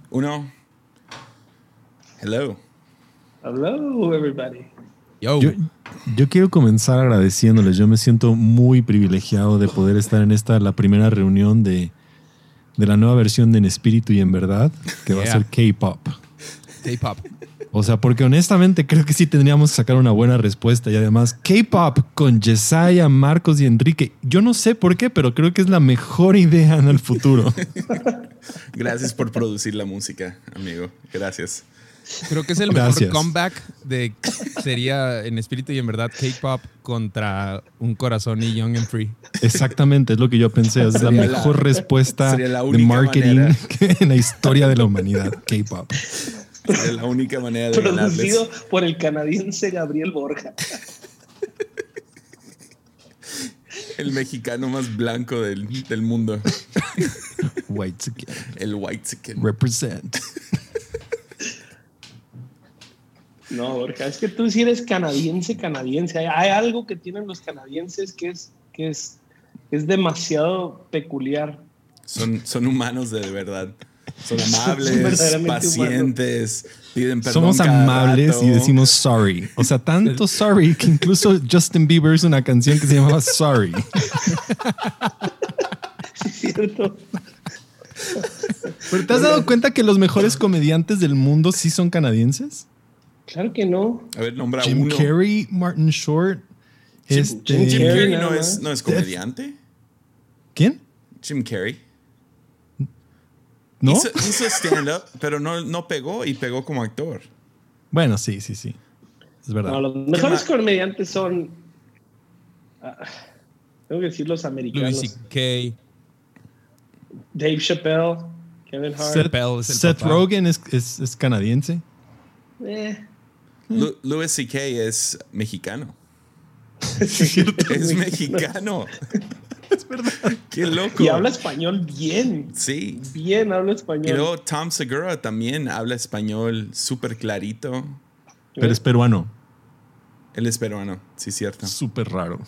Uno. Hello. Hello, everybody. Yo. Yo quiero comenzar agradeciéndoles. Yo me siento muy privilegiado de poder estar en la primera reunión de la nueva versión de En Espíritu y en Verdad, que va a ser K-Pop. K-Pop. O sea, porque honestamente creo que sí tendríamos que sacar una buena respuesta. Y además, K-Pop con Yesaya, Marcos y Enrique. Yo no sé por qué, pero creo que es la mejor idea en el futuro. Gracias por producir la música, amigo. Gracias. Creo que es el mejor comeback sería En Espíritu y en Verdad K-Pop contra Un Corazón y Young and Free. Exactamente, es lo que yo pensé. Es la mejor respuesta de marketing en la historia de la humanidad. K-Pop. Es la única manera de Producido ganarles. por el canadiense Gabriel Borja. El mexicano más blanco del mundo. White chicken. El white chicken. Represent. No, Borja, es que tú sí eres canadiense. Hay algo que tienen los canadienses que es demasiado peculiar. Son humanos de verdad. Son amables, pacientes, piden perdón. Somos amables y decimos sorry. O sea, tanto sorry que incluso Justin Bieber hizo una canción que se llamaba Sorry. Sí, es cierto. ¿Pero te has dado cuenta que los mejores comediantes del mundo sí son canadienses? Claro que no. A ver, nombra Jim uno. Carrey, Martin Short. Jim Carrey no es comediante. ¿Quién? Jim Carrey. ¿No? Hizo stand-up, pero no pegó y pegó como actor. Bueno, sí. Es verdad. No, los mejores comediantes son... tengo que decir los americanos. Louis C.K. Dave Chappelle, Kevin Hart. Seth Rogen es canadiense. Louis C.K. es mexicano. Sí, es mexicano. Es verdad. Qué loco. Y habla español bien. Sí. Bien, habla español. Y luego Tom Segura también habla español súper clarito. Pero es peruano. Él es peruano, sí, cierto. Súper raro.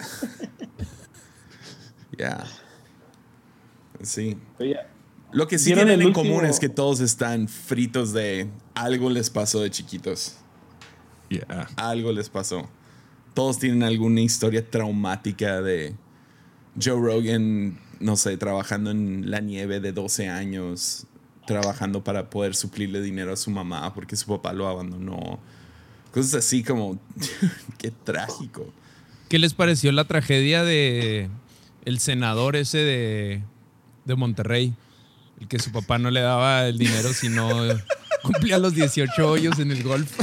Ya. Sí. Oye, Lo que sí tienen en común es que todos están fritos de algo les pasó de chiquitos. Yeah. Algo les pasó. Todos tienen alguna historia traumática de Joe Rogan, no sé, trabajando en la nieve de 12 años, trabajando para poder suplirle dinero a su mamá porque su papá lo abandonó. Cosas así como, qué trágico. ¿Qué les pareció la tragedia de el senador ese de Monterrey? El que su papá no le daba el dinero si no cumplía los 18 hoyos en el golf.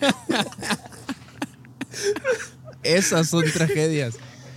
Esas son tragedias.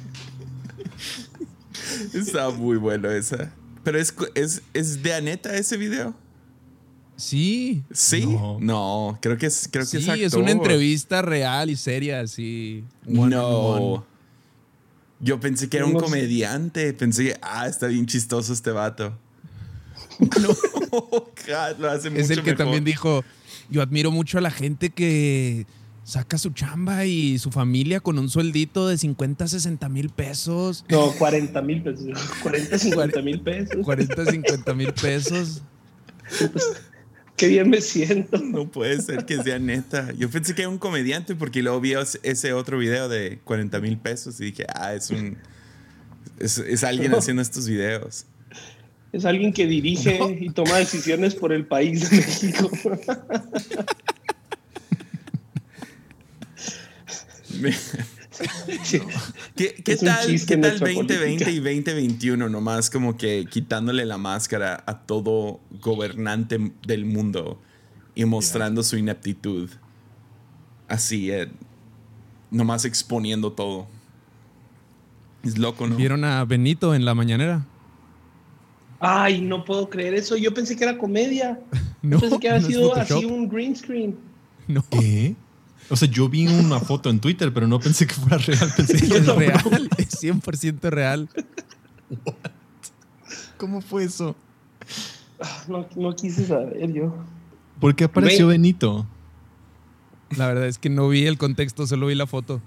Está muy bueno esa. Pero es de Aneta ese video. Sí. ¿Sí? No, creo que es actor. Sí, es una entrevista real y seria, así. No. Yo pensé que era un comediante. Pensé que, está bien chistoso este vato. No, God, lo hace mucho es el que mejor. también dijo, yo admiro mucho a la gente que saca su chamba y su familia con un sueldito de 50, 60 mil pesos. No, 40 mil pesos. 40, 50 mil pesos. 40, 50 mil pesos. Qué bien me siento. No puede ser que sea neta. Yo pensé que era un comediante porque luego vi ese otro video de 40 mil pesos y dije, es alguien haciendo estos videos. Es alguien que dirige y toma decisiones por el país de México. ¿Qué tal 2020 y 2021 nomás como que quitándole la máscara a todo gobernante del mundo y mostrando su ineptitud? Así, nomás exponiendo todo. Es loco, ¿no? ¿Vieron a Benito en la mañanera? Ay, no puedo creer eso. Yo pensé que era comedia. No, Yo pensé que había sido Photoshop. así un green screen. No. ¿Qué? O sea, yo vi una foto en Twitter, pero no pensé que fuera real. Pensé que Es era real, es 100% real. What? ¿Cómo fue eso? No quise saber yo. ¿Por qué apareció Benito? La verdad es que no vi el contexto, solo vi la foto.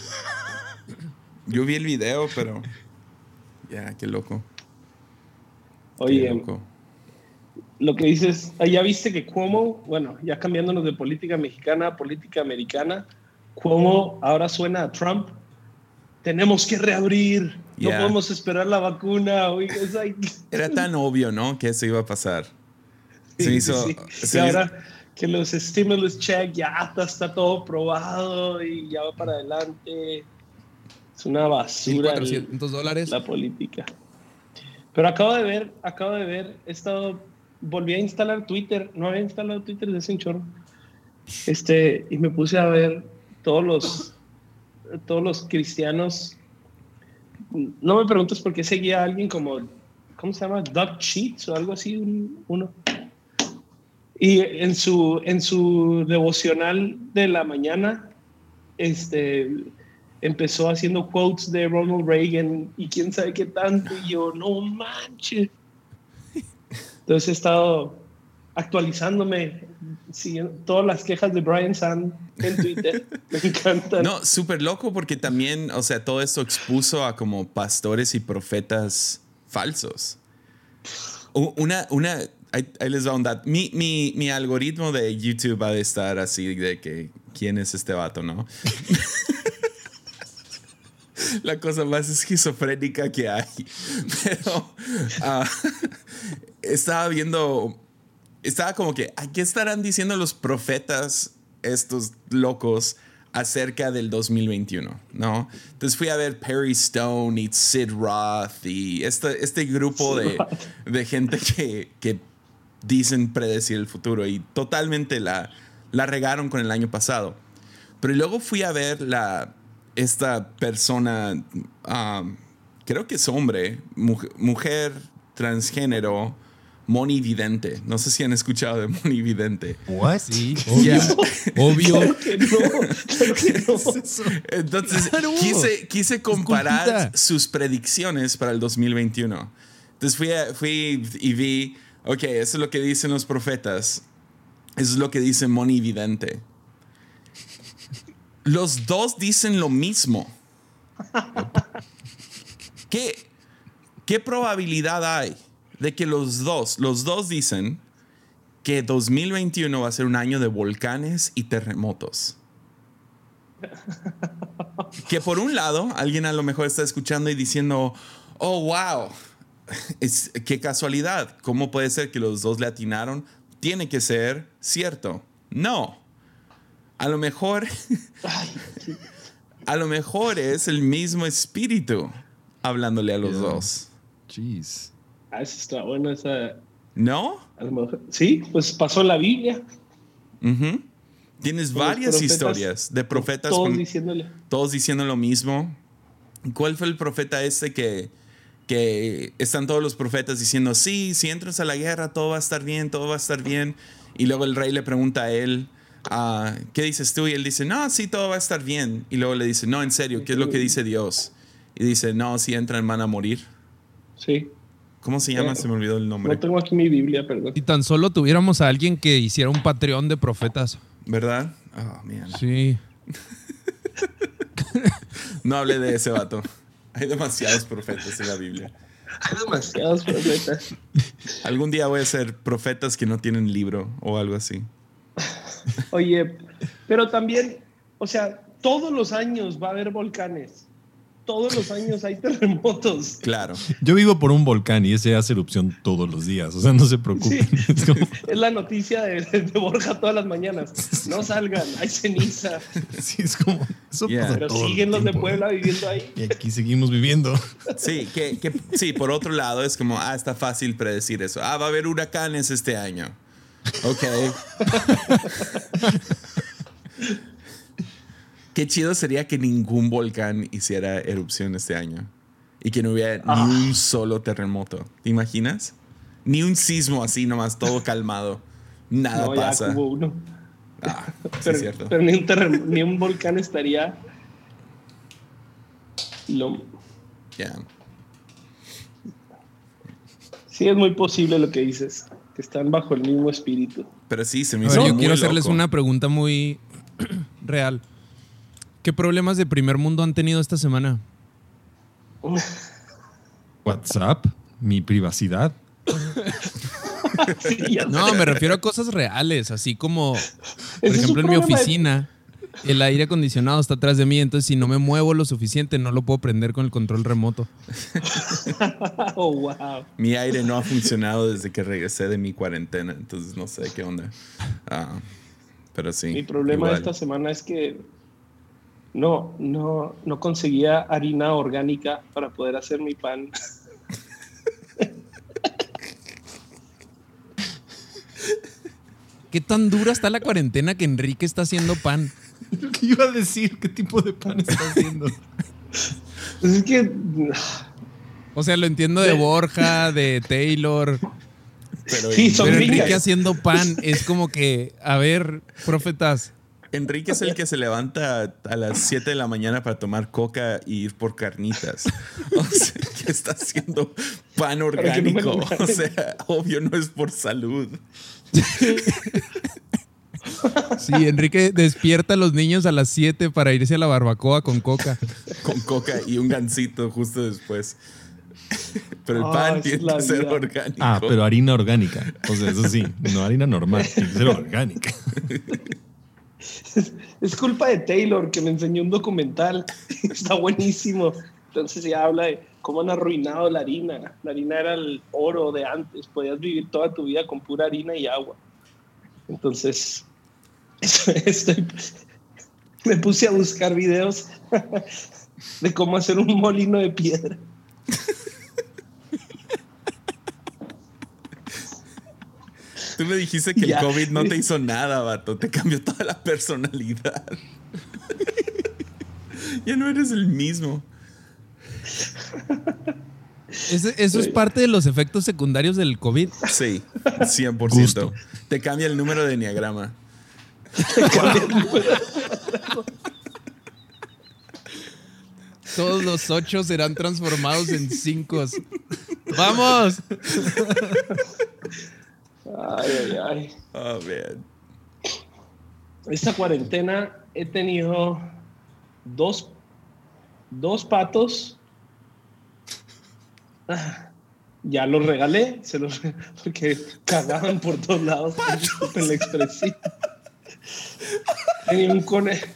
Yo vi el video, pero... qué loco. Oye, Qué loco. lo que dices, ya viste que Cuomo, bueno, ya cambiándonos de política mexicana a política americana, Cuomo ahora suena a Trump. Tenemos que reabrir, no podemos esperar la vacuna. Era tan obvio, ¿no? Que eso iba a pasar. Sí. Y ahora que los stimulus check ya está todo probado y ya va para adelante. Es una basura $1,400 la política. Pero acabo de ver, volví a instalar Twitter, no había instalado Twitter desde hace un chorro. Y me puse a ver todos los cristianos. No me preguntes por qué seguía a alguien como, ¿cómo se llama? Doug Sheets o algo así, uno. Y en su devocional de la mañana, empezó haciendo quotes de Ronald Reagan y quién sabe qué tanto, y yo, no manches. Entonces he estado actualizándome, siguiendo todas las quejas de Brian Sand en Twitter. Me encantan. No, súper loco porque también, o sea, todo esto expuso a como pastores y profetas falsos. Ahí les va un dato. Mi algoritmo de YouTube va a estar así de que quién es este vato, ¿no? La cosa más esquizofrénica que hay. Pero estaba como que, ¿qué estarán diciendo los profetas, estos locos, acerca del 2021? ¿No? Entonces fui a ver Perry Stone y Sid Roth y este grupo de gente que dicen predecir el futuro y totalmente la regaron con el año pasado. Pero luego fui a ver esta persona, creo que es hombre, mujer transgénero, Moni Vidente. No sé si han escuchado de Moni Vidente. ¿What? Sí, obvio. Claro que no. Entonces quise comparar sus predicciones para el 2021. Entonces fui y vi, ok, eso es lo que dicen los profetas. Eso es lo que dice Moni Vidente. Los dos dicen lo mismo. ¿Qué probabilidad hay de que los dos dicen que 2021 va a ser un año de volcanes y terremotos? Que por un lado, alguien a lo mejor está escuchando y diciendo, oh, wow, qué casualidad. ¿Cómo puede ser que los dos le atinaron? Tiene que ser cierto. No. A lo mejor es el mismo espíritu hablándole a los dos. Jeez. Esa está buena esa. ¿No? A lo mejor, sí, pues pasó en la Biblia. Uh-huh. Tienes varias historias de profetas todos diciendo lo mismo. ¿Cuál fue el profeta que están todos los profetas diciendo, sí, si entras a la guerra todo va a estar bien, todo va a estar bien? Y luego el rey le pregunta a él, ¿qué dices tú? Y él dice, no, sí, todo va a estar bien. Y luego le dice, no, en serio, ¿qué es lo que dice Dios? Y dice, no, si entran van a morir. Sí. ¿Cómo se llama? Se me olvidó el nombre. No tengo aquí mi Biblia, perdón. Si tan solo tuviéramos a alguien que hiciera un Patreon de profetas. ¿Verdad? Oh, man. Sí. No hable de ese vato. Hay demasiados profetas en la Biblia. Hay demasiados profetas. Algún día voy a ser profetas que no tienen libro o algo así. Oye, pero también, o sea, todos los años va a haber volcanes. Todos los años hay terremotos. Claro. Yo vivo por un volcán y ese hace erupción todos los días. O sea, no se preocupen. Sí. Es la noticia de Borja todas las mañanas. No salgan, hay ceniza. Sí, es como... Eso pasa pero todo siguen los de tiempo, Puebla viviendo ahí. Y aquí seguimos viviendo. Sí, sí, por otro lado es como, está fácil predecir eso. Va a haber huracanes este año. Ok. Qué chido sería que ningún volcán hiciera erupción este año y que no hubiera ni un solo terremoto. ¿Te imaginas? Ni un sismo así nomás, todo calmado. Nada pasa. Ya hubo uno. Sí, es cierto. Pero ni un volcán estaría... Sí, es muy posible lo que dices, que están bajo el mismo espíritu. Pero sí, se me hizo yo muy quiero hacerles loco. una pregunta muy real. ¿Qué problemas de primer mundo han tenido esta semana? WhatsApp, mi privacidad. Sí, No, me refiero a cosas reales, así como, por ejemplo, en mi oficina, el aire acondicionado está atrás de mí, entonces si no me muevo lo suficiente, no lo puedo prender con el control remoto. Oh, wow. Mi aire no ha funcionado desde que regresé de mi cuarentena, entonces no sé qué onda. Pero sí. Mi problema esta semana es que no conseguía harina orgánica para poder hacer mi pan. ¿Qué tan dura está la cuarentena que Enrique está haciendo pan? ¿Qué iba a decir? ¿Qué tipo de pan está haciendo? Pues es que... O sea, lo entiendo de Borja, de Taylor. Pero, Sí, son Pero Enrique gringas. haciendo pan es como que, a ver, profetas. Enrique es el que se levanta a las 7 de la mañana para tomar coca y ir por carnitas. O sea, que está haciendo pan orgánico. O sea, obvio no es por salud. Sí, Enrique despierta a los niños a las 7 para irse a la barbacoa con coca. Con coca y un gansito justo después. Pero el pan tiene que ser orgánico. Pero harina orgánica. O sea, eso sí, no harina normal, tiene que ser orgánica. Es culpa de Taylor, que me enseñó un documental. Está buenísimo. Entonces ya habla de cómo han arruinado la harina. La harina era el oro de antes. Podías vivir toda tu vida con pura harina y agua. Entonces, me puse a buscar videos de cómo hacer un molino de piedra. Tú me dijiste que el COVID no te hizo nada, vato. Te cambió toda la personalidad. Ya no eres el mismo. ¿Eso es parte de los efectos secundarios del COVID? Sí, 100%. Gusto. Te cambia el número de enneagrama. Todos los 8 serán transformados en 5. ¡Vamos! Ay. Oh, man. Esta cuarentena he tenido dos patos. Ya los regalé, porque cagaban por todos lados. Disculpen la expresión. Tenía un conejo.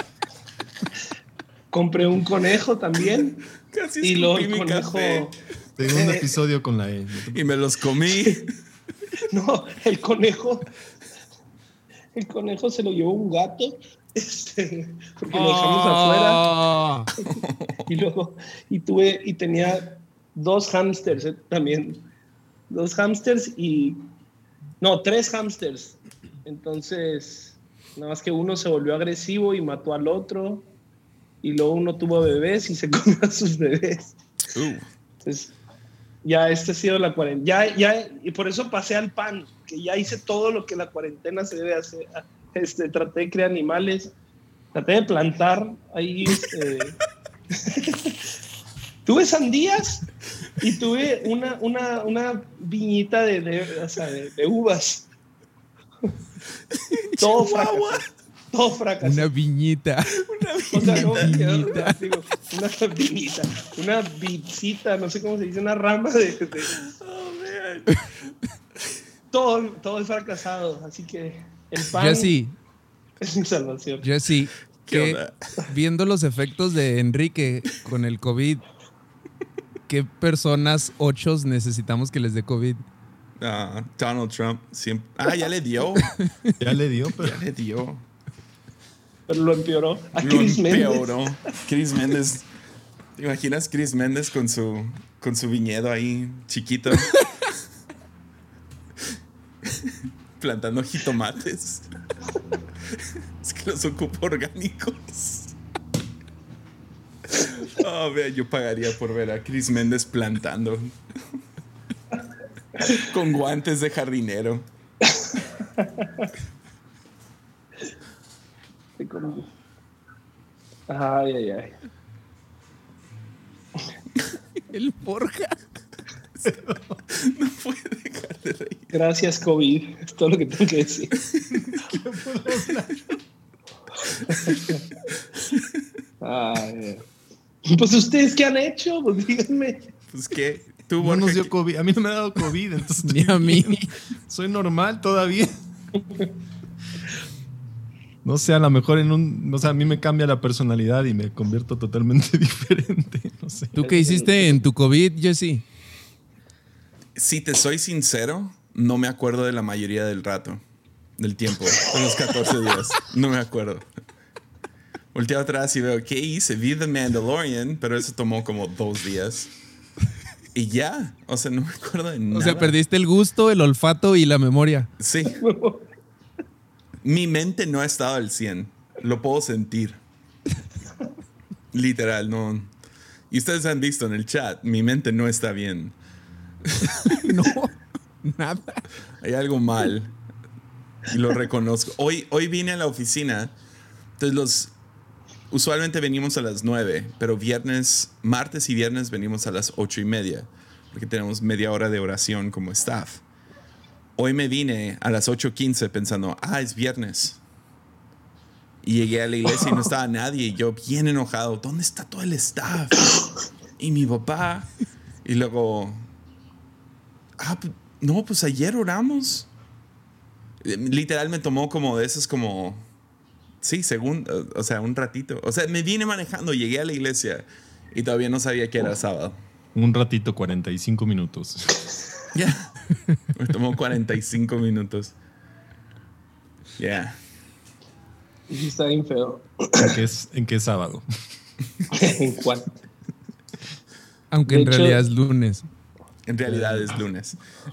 Compré un conejo también. Casi y luego escupí el mi conejo. café. Tengo un episodio con la E. Y me los comí. No, el conejo se lo llevó un gato. Porque lo dejamos afuera. Y tenía 2 hámsters también. 2 hámsters no, 3 hámsters. Entonces, nada más que uno se volvió agresivo y mató al otro. Y luego uno tuvo bebés y se comió a sus bebés. Entonces, ya ha sido la cuarentena. Y por eso pasé al pan, que ya hice todo lo que la cuarentena se debe hacer. Traté de crear animales, traté de plantar ahí. Tuve sandías y tuve una viñita de uvas. Todo fracasó. Una viñita. Una viñita. Una bicita, no sé cómo se dice, una rama de... Oh, man. Todo es fracasado, así que el pan Jesse, es mi salvación. Jesse, que viendo los efectos de Enrique con el COVID, ¿qué personas 8 necesitamos que les dé COVID? Donald Trump siempre. Ya le dio. Ya le dio, pero... Ya le dio. Pero lo empeoró. Chris Méndez. ¿Te imaginas Chris Méndez con su viñedo ahí chiquito? Plantando jitomates. Es que los ocupo orgánicos. Oh, vea, yo pagaría por ver a Chris Méndez plantando. Con guantes de jardinero. Ay. El Borja. No puede dejar de reír. Gracias, COVID. Es todo lo que tengo que decir. Ay. Pues ustedes, ¿qué han hecho? Pues díganme. Pues qué. No nos dio COVID. A mí no me ha dado COVID, entonces ni a mí. Soy normal todavía. No sé, a lo mejor a mí me cambia la personalidad y me convierto totalmente diferente. No sé. ¿Tú qué hiciste en tu COVID, Jesse? Si te soy sincero, no me acuerdo de la mayoría del tiempo, de los 14 días. No me acuerdo. Volteo atrás y veo, ¿qué hice? Vi The Mandalorian, pero eso tomó como 2 días. Y ya, o sea, no me acuerdo de nada. O sea, perdiste el gusto, el olfato y la memoria. Sí. Mi mente no ha estado al 100. Lo puedo sentir. Literal, no. Y ustedes han visto en el chat, mi mente no está bien. No, nada. Hay algo mal. Y lo reconozco. Hoy vine a la oficina. Entonces usualmente venimos a las 9, pero martes y viernes venimos a las 8:30, porque tenemos media hora de oración como staff. Hoy me vine a las 8:15 pensando, es viernes. Y llegué a la iglesia y no estaba nadie. Y yo bien enojado, ¿dónde está todo el staff? Y mi papá. Y luego, no, pues ayer oramos. Literal me tomó como de esos como... Sí, o sea, un ratito. O sea, me vine manejando, llegué a la iglesia y todavía no sabía que era sábado. Un ratito, 45 minutos. Ya. Me tomó 45 minutos. Ya. Yeah. Sí, está bien feo. ¿En qué sábado? ¿En cuál? Aunque en realidad es lunes. En realidad es lunes.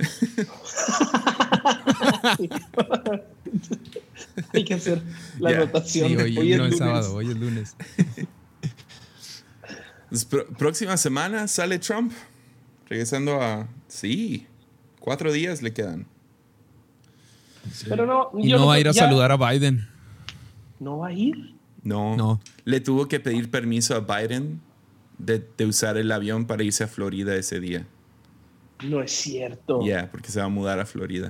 Hay que hacer la anotación. Sí, hoy no es sábado, hoy es lunes. Próxima semana sale Trump. Regresando a... Sí, 4 días le quedan. Sí. Pero no, y no va a ir a saludar a Biden. ¿No va a ir? No. Le tuvo que pedir permiso a Biden de usar el avión para irse a Florida ese día. No es cierto. Porque se va a mudar a Florida.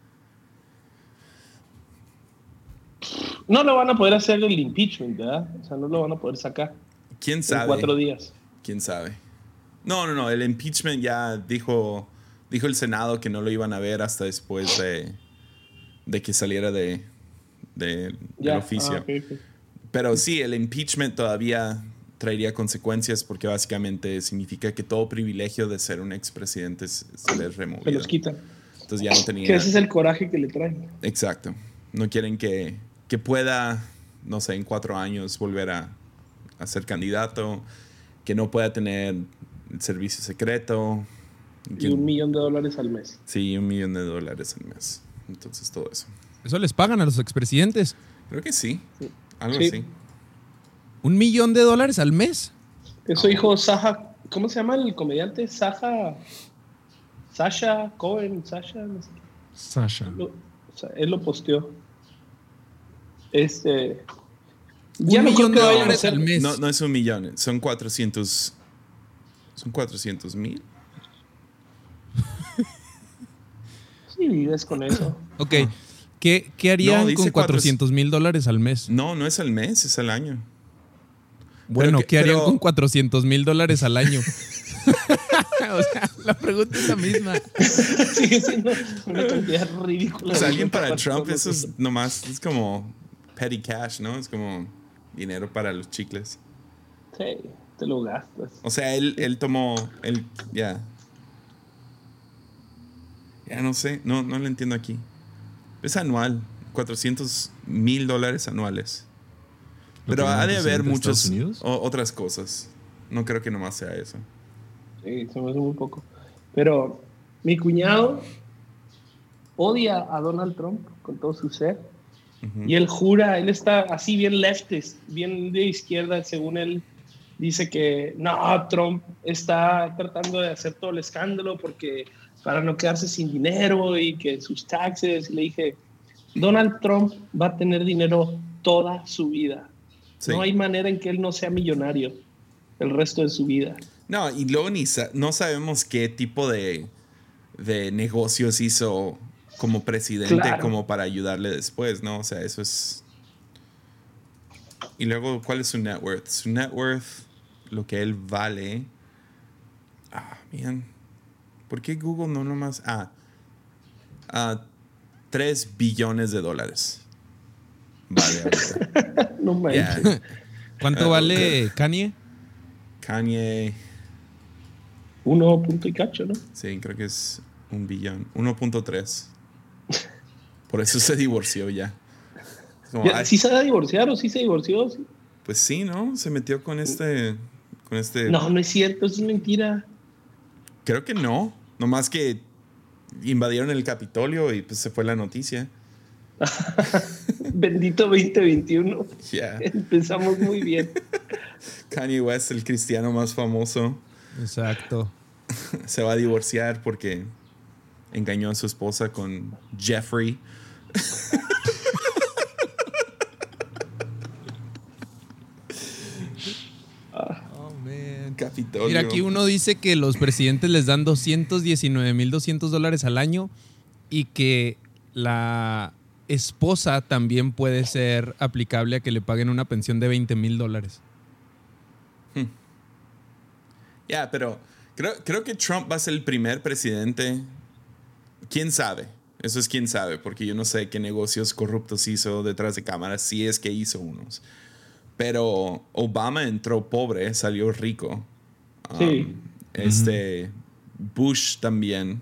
No lo van a poder hacer el impeachment, ¿verdad? O sea, no lo van a poder sacar. ¿Quién sabe? En 4 días. ¿Quién sabe? No. El impeachment ya dijo el Senado que no lo iban a ver hasta después de que saliera del oficio. Okay. Pero sí, el impeachment todavía traería consecuencias porque básicamente significa que todo privilegio de ser un expresidente se les removido. Se los quitan. Entonces ya no tenía... Que ese es el coraje que le traen. Exacto. No quieren que pueda, no sé, en 4 años volver a ser candidato, que no pueda tener el servicio secreto. Y $1 millón al mes. Sí, $1 millón al mes. Entonces todo eso. ¿Eso les pagan a los expresidentes? Creo que sí. Algo así. $1 millón al mes. Eso dijo Sacha, ¿cómo se llama el comediante? Sasha Cohen, no sé qué. Sasha. Él lo posteó. $1 millón al mes. No es 1 millón, son 400. Son 400,000. Sí, vives con eso. Ok. ¿Qué harían con $400,000 al mes? No es al mes, es al año. Bueno, ¿qué harían con $400,000 al año? O sea, la pregunta es la misma. Sigue siendo una cantidad ridícula. O sea, alguien para Trump eso es nomás, es como petty cash, ¿no? Es como dinero para los chicles. Sí, te lo gastas. O sea, él tomó, ya no sé, no lo entiendo aquí. Es anual, $400,000 anuales. Pero ha de haber muchas otras cosas. No creo que nomás sea eso. Sí, se me hace muy poco. Pero mi cuñado odia a Donald Trump con todo su ser. Uh-huh. Y él está así bien leftist, bien de izquierda, según él. Dice que no, Trump está tratando de hacer todo el escándalo porque para no quedarse sin dinero y que sus taxes. Y le dije, Donald Trump va a tener dinero toda su vida. Sí. No hay manera en que él no sea millonario el resto de su vida. No, y luego no sabemos qué tipo de negocios hizo como presidente, como para ayudarle después, ¿no? O sea, eso es... Y luego, ¿cuál es su net worth? Su net worth, lo que él vale... bien. ¿Por qué Google no nomás? $3 billones. Vale, ahorita. No manches. Yeah. ¿Cuánto vale Kanye? Kanye. 1 punto y cacho, ¿no? Sí, creo que es 1 billón. 1.3. Por eso se divorció ya. Como, ¿Sí se va a divorciar o sí se divorció? ¿Sí? Pues sí, ¿no? Se metió con este... No, no es cierto, eso es mentira. Creo que no. Nomás que invadieron el Capitolio y pues se fue la noticia. Bendito 2021. Yeah. Empezamos muy bien. Kanye West, el cristiano más famoso. Exacto. Se va a divorciar porque engañó a su esposa con Jeffrey. Oh, man. Capitolio. Mira, aquí uno dice que los presidentes les dan $219,200 al año y que la esposa también puede ser aplicable a que le paguen una pensión de $20,000. Ya, pero creo que Trump va a ser el primer presidente. ¿Quién sabe? Eso es quién sabe, porque yo no sé qué negocios corruptos hizo detrás de cámaras, si es que hizo unos. Pero Obama entró pobre, salió rico. Sí. Bush también.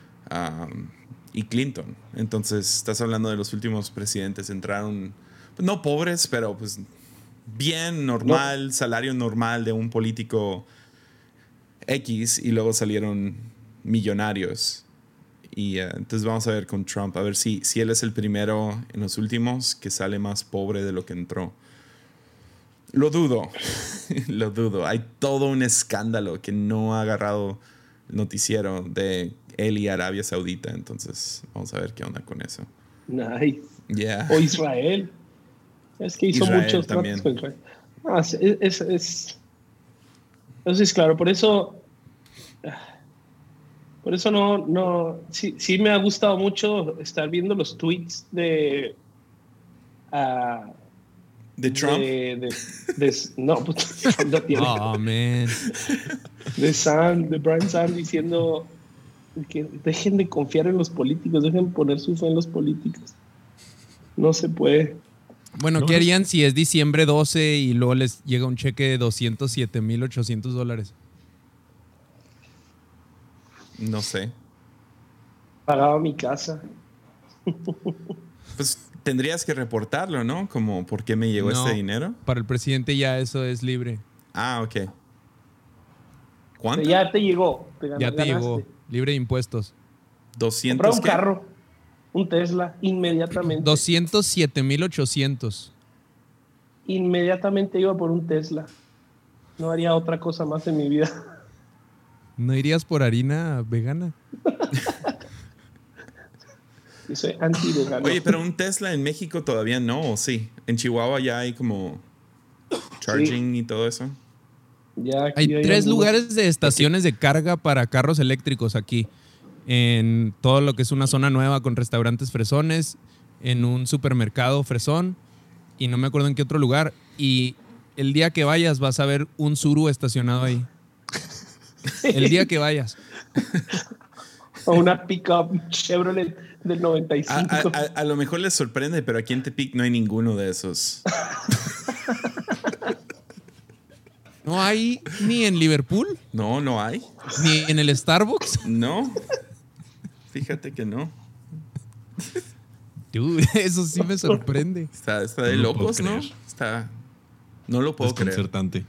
Y Clinton. Entonces, estás hablando de los últimos presidentes. Entraron, pues, no pobres, pero pues bien, normal, no. Salario normal de un político X, y luego salieron millonarios. Y entonces vamos a ver con Trump, a ver si él es el primero en los últimos que sale más pobre de lo que entró. Lo dudo. Lo dudo. Hay todo un escándalo que no ha agarrado el noticiero de él y Arabia Saudita. Entonces vamos a ver qué onda con eso. Nice. Yeah. O Israel. Es que hizo Israel muchos también. tratos con Israel. Eso es claro. Por eso no. Sí me ha gustado mucho estar viendo los tweets de Trump. No, pues no tiene. Oh, man. De Brian Sand diciendo que dejen de confiar en los políticos, dejen poner su fe en los políticos. No se puede. Bueno, ¿qué harían si es diciembre 12 y luego les llega un cheque de $207,800? No sé. Pagaba mi casa. Pues tendrías que reportarlo, ¿no? Como, ¿por qué me llegó este dinero? Para el presidente ya eso es libre. Ah, ok. ¿Cuánto? Ya te llegó. Ya te llegó. Libre de impuestos. 200. Comprar un carro, un Tesla, inmediatamente. 207,800. Inmediatamente iba por un Tesla. No haría otra cosa más en mi vida. ¿No irías por harina vegana? Yo soy anti-vegano. Oye, pero un Tesla en México todavía no, ¿o sí? En Chihuahua ya hay como charging y todo eso. Ya hay 3 lugares de estaciones de carga para carros eléctricos aquí. En todo lo que es una zona nueva con restaurantes fresones, en un supermercado fresón y no me acuerdo en qué otro lugar. Y el día que vayas vas a ver un Tsuru estacionado ahí. El día que vayas. O una pickup Chevrolet del 95. A lo mejor les sorprende, pero aquí en Tepic no hay ninguno de esos. ¿No hay ni en Liverpool? No hay. ¿Ni en el Starbucks? No. Fíjate que no. Dude, eso sí me sorprende. Está de locos, ¿no? No lo puedo creer. Desconcertante.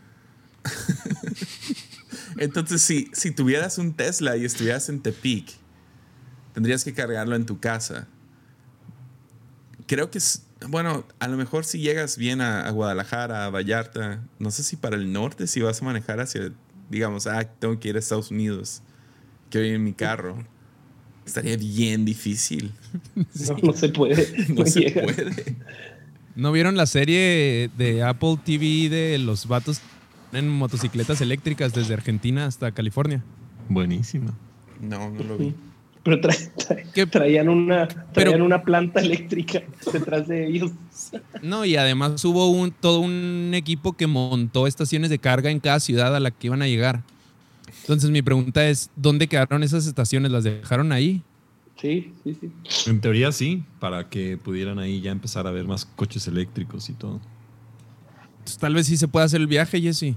Entonces, si tuvieras un Tesla y estuvieras en Tepic, tendrías que cargarlo en tu casa. Creo que bueno, a lo mejor si llegas bien a Guadalajara, a Vallarta, no sé si para el norte, si vas a manejar hacia, digamos, tengo que ir a Estados Unidos, que voy en mi carro. Estaría bien difícil. No se puede. No se puede. ¿No vieron la serie de Apple TV de los vatos en motocicletas eléctricas desde Argentina hasta California? Buenísima. No lo vi. Pero traían una planta eléctrica detrás de ellos. No, y además hubo todo un equipo que montó estaciones de carga en cada ciudad a la que iban a llegar. Entonces mi pregunta es, ¿dónde quedaron esas estaciones? ¿Las dejaron ahí? Sí. En teoría sí, para que pudieran ahí ya empezar a ver más coches eléctricos y todo. Entonces, tal vez sí se pueda hacer el viaje, Jesse.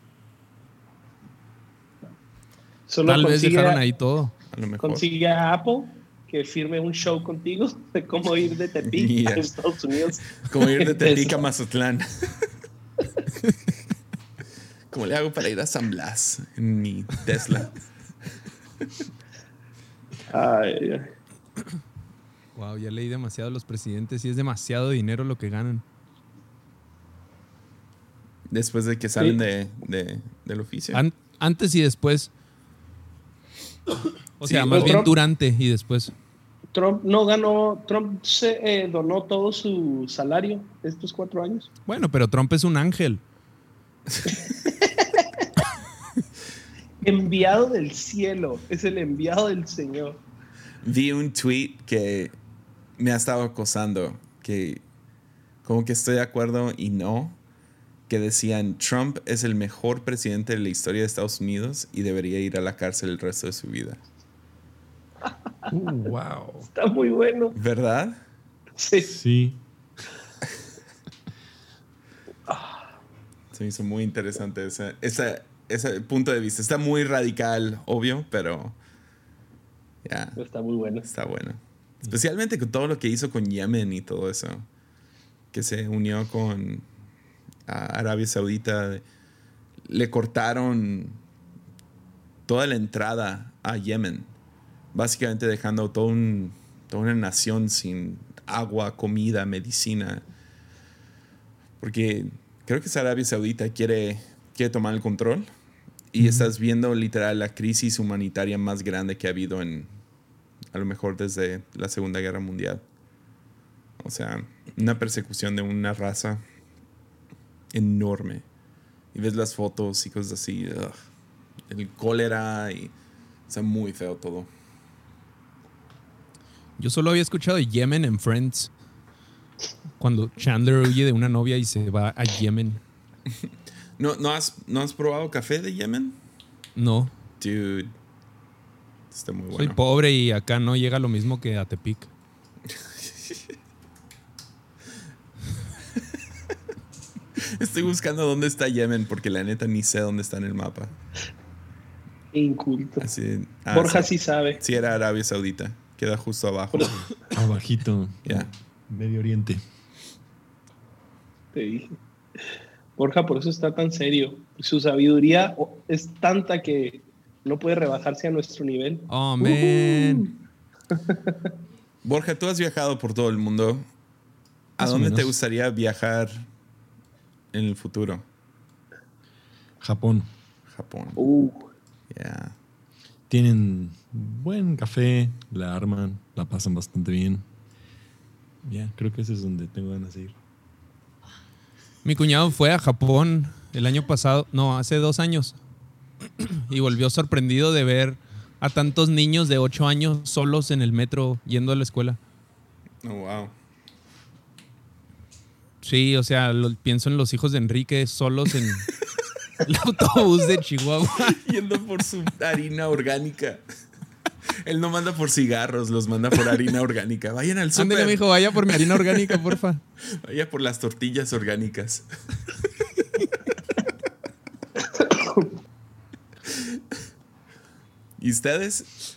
Tal vez dejaron ahí todo. A lo mejor. Consigue a Apple que firme un show contigo de cómo ir de Tepic a Estados Unidos. Cómo ir de Tepic a Mazatlán. ¿Cómo le hago para ir a San Blas en mi Tesla? Ay. Wow, ya leí demasiado a los presidentes y es demasiado dinero lo que ganan. Después de que salen del oficio. Antes y después. O sea, más bien durante y después. Trump no ganó, Trump se donó todo su salario estos 4 años. Bueno, pero Trump es un ángel. Enviado del cielo, es el enviado del Señor. Vi un tweet que me ha estado acosando, que como que estoy de acuerdo y no, que decían Trump es el mejor presidente de la historia de Estados Unidos y debería ir a la cárcel el resto de su vida. Wow. Está muy bueno. ¿Verdad? Sí. Se me hizo muy interesante ese punto de vista. Está muy radical, obvio, pero está muy bueno. Está bueno. Especialmente con todo lo que hizo con Yemen y todo eso. Que se unió con Arabia Saudita. Le cortaron toda la entrada a Yemen. Básicamente dejando toda una nación sin agua, comida, medicina. Porque creo que Arabia Saudita quiere tomar el control. Y estás viendo literal la crisis humanitaria más grande que ha habido a lo mejor desde la Segunda Guerra Mundial. O sea, una persecución de una raza enorme. Y ves las fotos y cosas así. El cólera y... O sea, muy feo todo. Yo solo había escuchado de Yemen en Friends. Cuando Chandler huye de una novia y se va a Yemen. ¿No has probado café de Yemen? No. Dude. Está muy bueno. Soy pobre y acá no llega lo mismo que a Tepic. Estoy buscando dónde está Yemen porque la neta ni sé dónde está en el mapa. Inculto. Así, Borja sí sabe. Sí, era Arabia Saudita. Queda justo abajo. Abajito. Ya. Medio Oriente. Te dije. Borja por eso está tan serio. Su sabiduría es tanta que no puede rebajarse a nuestro nivel. Oh, man. Borja, tú has viajado por todo el mundo. ¿A dónde te gustaría viajar en el futuro? Japón. Yeah. Tienen buen café, la arman, la pasan bastante bien. Creo que ese es donde tengo ganas de ir. Mi cuñado fue a Japón el año pasado, no, hace 2 años. Y volvió sorprendido de ver a tantos niños de 8 años solos en el metro yendo a la escuela. Oh, wow. Sí, o sea, pienso en los hijos de Enrique solos en el autobús de Chihuahua. Yendo por su harina orgánica. Él no manda por cigarros, los manda por harina orgánica. Vayan al súper. Ándale, mijo, vaya por mi harina orgánica, porfa. Vaya por las tortillas orgánicas. ¿Y ustedes?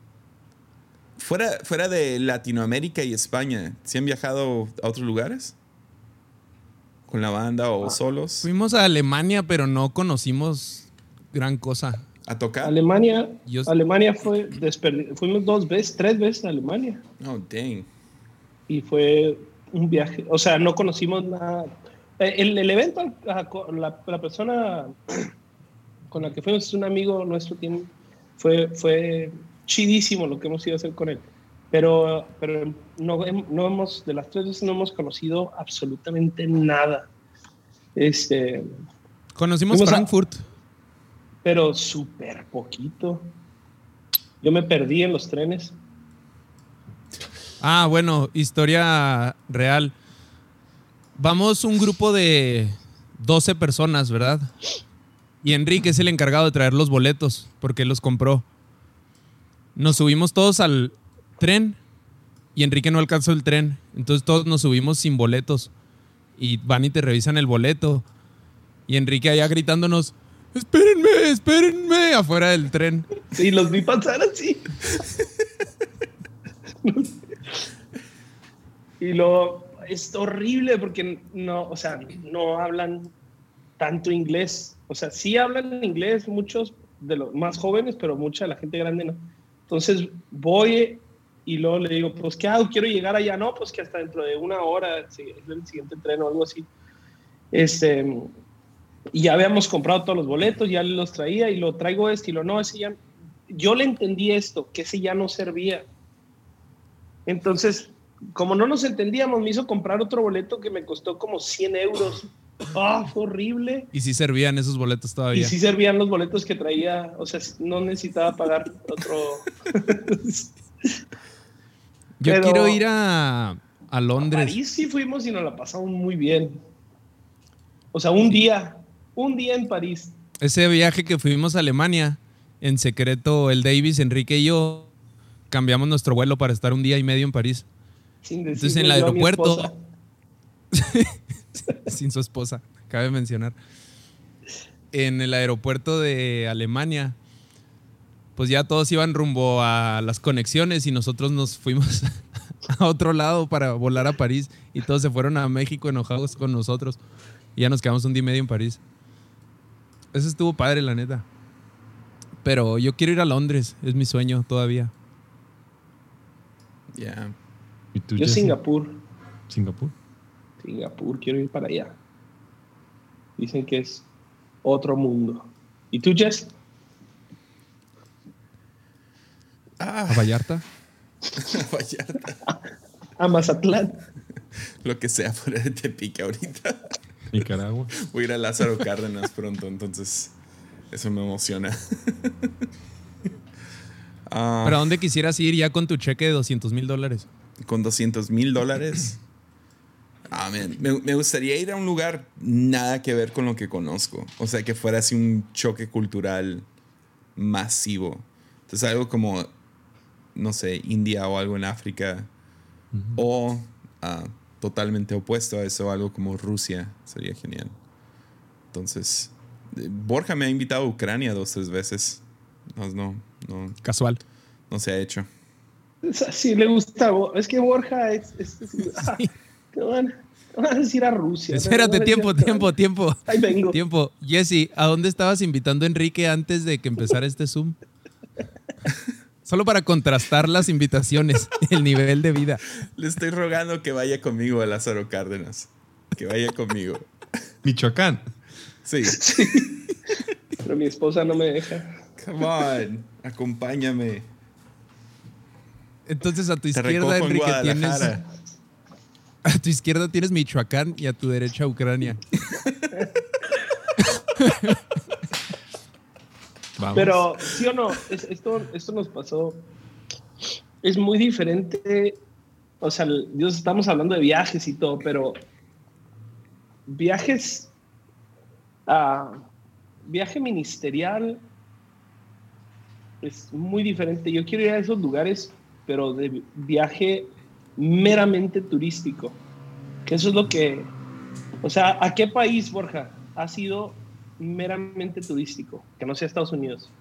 Fuera de Latinoamérica y España, ¿sí han viajado a otros lugares? ¿Con la banda o solos? Fuimos a Alemania, pero no conocimos gran cosa. ¿A tocar? Alemania fue fuimos 3 veces a Alemania. Oh, dang. Y fue un viaje, o sea, no conocimos nada. El evento, la persona con la que fuimos es un amigo nuestro, fue chidísimo lo que hemos ido a hacer con él. Pero no hemos, de las 3 veces no hemos conocido absolutamente nada. Conocimos Frankfurt. Pero súper poquito. Yo me perdí en los trenes. Ah, bueno, historia real. Vamos un grupo de 12 personas, ¿verdad? Y Enrique es el encargado de traer los boletos, porque él los compró. Nos subimos todos al tren y Enrique no alcanzó el tren. Entonces todos nos subimos sin boletos. Y van y te revisan el boleto. Y Enrique allá gritándonos, espérenme, espérenme, afuera del tren. Sí, los vi pasar así. Y luego es horrible porque no hablan tanto inglés. O sea, sí hablan inglés muchos de los más jóvenes, pero mucha de la gente grande no. Entonces voy y luego le digo, pues, ¿qué hago? Quiero llegar allá. No, pues que hasta dentro de 1 hora es el siguiente tren o algo así. Y ya habíamos comprado todos los boletos, ya los traía y lo traigo y lo no, ese ya... Yo le entendí esto, que ese ya no servía. Entonces, como no nos entendíamos, me hizo comprar otro boleto que me costó como 100 euros. Fue horrible. ¿Y si servían esos boletos todavía? Y sí servían los boletos que traía. O sea, no necesitaba pagar otro. Yo quiero ir a Londres. A París sí fuimos y nos la pasamos muy bien. O sea, un día en París. Ese viaje que fuimos a Alemania, en secreto, el Davis, Enrique y yo cambiamos nuestro vuelo para estar 1 día y medio en París. Entonces en el aeropuerto, sin su esposa, cabe mencionar, en el aeropuerto de Alemania, pues ya todos iban rumbo a las conexiones y nosotros nos fuimos a otro lado para volar a París y todos se fueron a México enojados con nosotros y ya nos quedamos 1 día y medio en París. Eso estuvo padre, la neta. Pero yo quiero ir a Londres, es mi sueño todavía. Yeah. ¿Y tú, yo Jesse? Singapur, quiero ir para allá. Dicen que es otro mundo. ¿Y tú, Jess? ¿A Vallarta? A Vallarta. A Mazatlán. Lo que sea fuera de Tepic ahorita. Nicaragua. Voy a ir a Lázaro Cárdenas pronto, entonces eso me emociona. ¿Pero a dónde quisieras ir ya con tu cheque de $200,000? ¿Con $200,000? Me gustaría ir a un lugar nada que ver con lo que conozco. O sea, que fuera así un choque cultural masivo. Entonces algo como, no sé, India o algo en África. Uh-huh. O totalmente opuesto a eso, algo como Rusia. Sería genial. Entonces, Borja me ha invitado a Ucrania 2 o 3 veces. No. Casual. No se ha hecho. Sí, le gusta. Es que Borja te van a decir a Rusia. Espérate, tiempo. Ahí vengo. Tiempo. Jesse, ¿a dónde estabas invitando a Enrique antes de que empezara este Zoom? Solo para contrastar las invitaciones, el nivel de vida. Le estoy rogando que vaya conmigo a Lázaro Cárdenas. Que vaya conmigo. Michoacán. Sí. Pero mi esposa no me deja. Come on, acompáñame. Entonces a tu izquierda, Enrique, tienes... A tu izquierda tienes Michoacán y a tu derecha Ucrania. Vamos. Pero, ¿sí o no? Esto nos pasó. Es muy diferente. O sea, estamos hablando de viajes y todo, pero viaje ministerial es muy diferente. Yo quiero ir a esos lugares, pero de viaje meramente turístico. Que eso es lo que... O sea, ¿a qué país, Borja, ha sido meramente turístico? Que no sea Estados Unidos.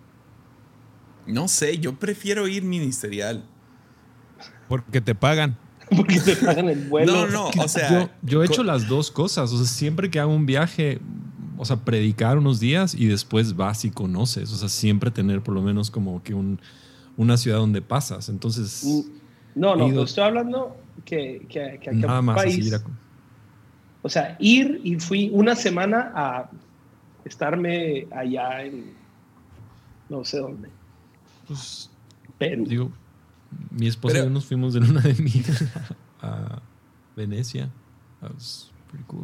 No sé, yo prefiero ir ministerial. Porque te pagan. Porque te pagan el vuelo. No, o sea... Yo he hecho las dos cosas. O sea, siempre que hago un viaje, o sea, predicar unos días y después vas y conoces. O sea, siempre tener por lo menos como que una ciudad donde pasas. Entonces... No, estoy hablando que nada más país. así O sea, ir y fui 1 semana a estarme allá en no sé dónde. Pues, Perú. Digo, mi esposa y yo nos fuimos de luna de miel a Venecia. That was pretty cool.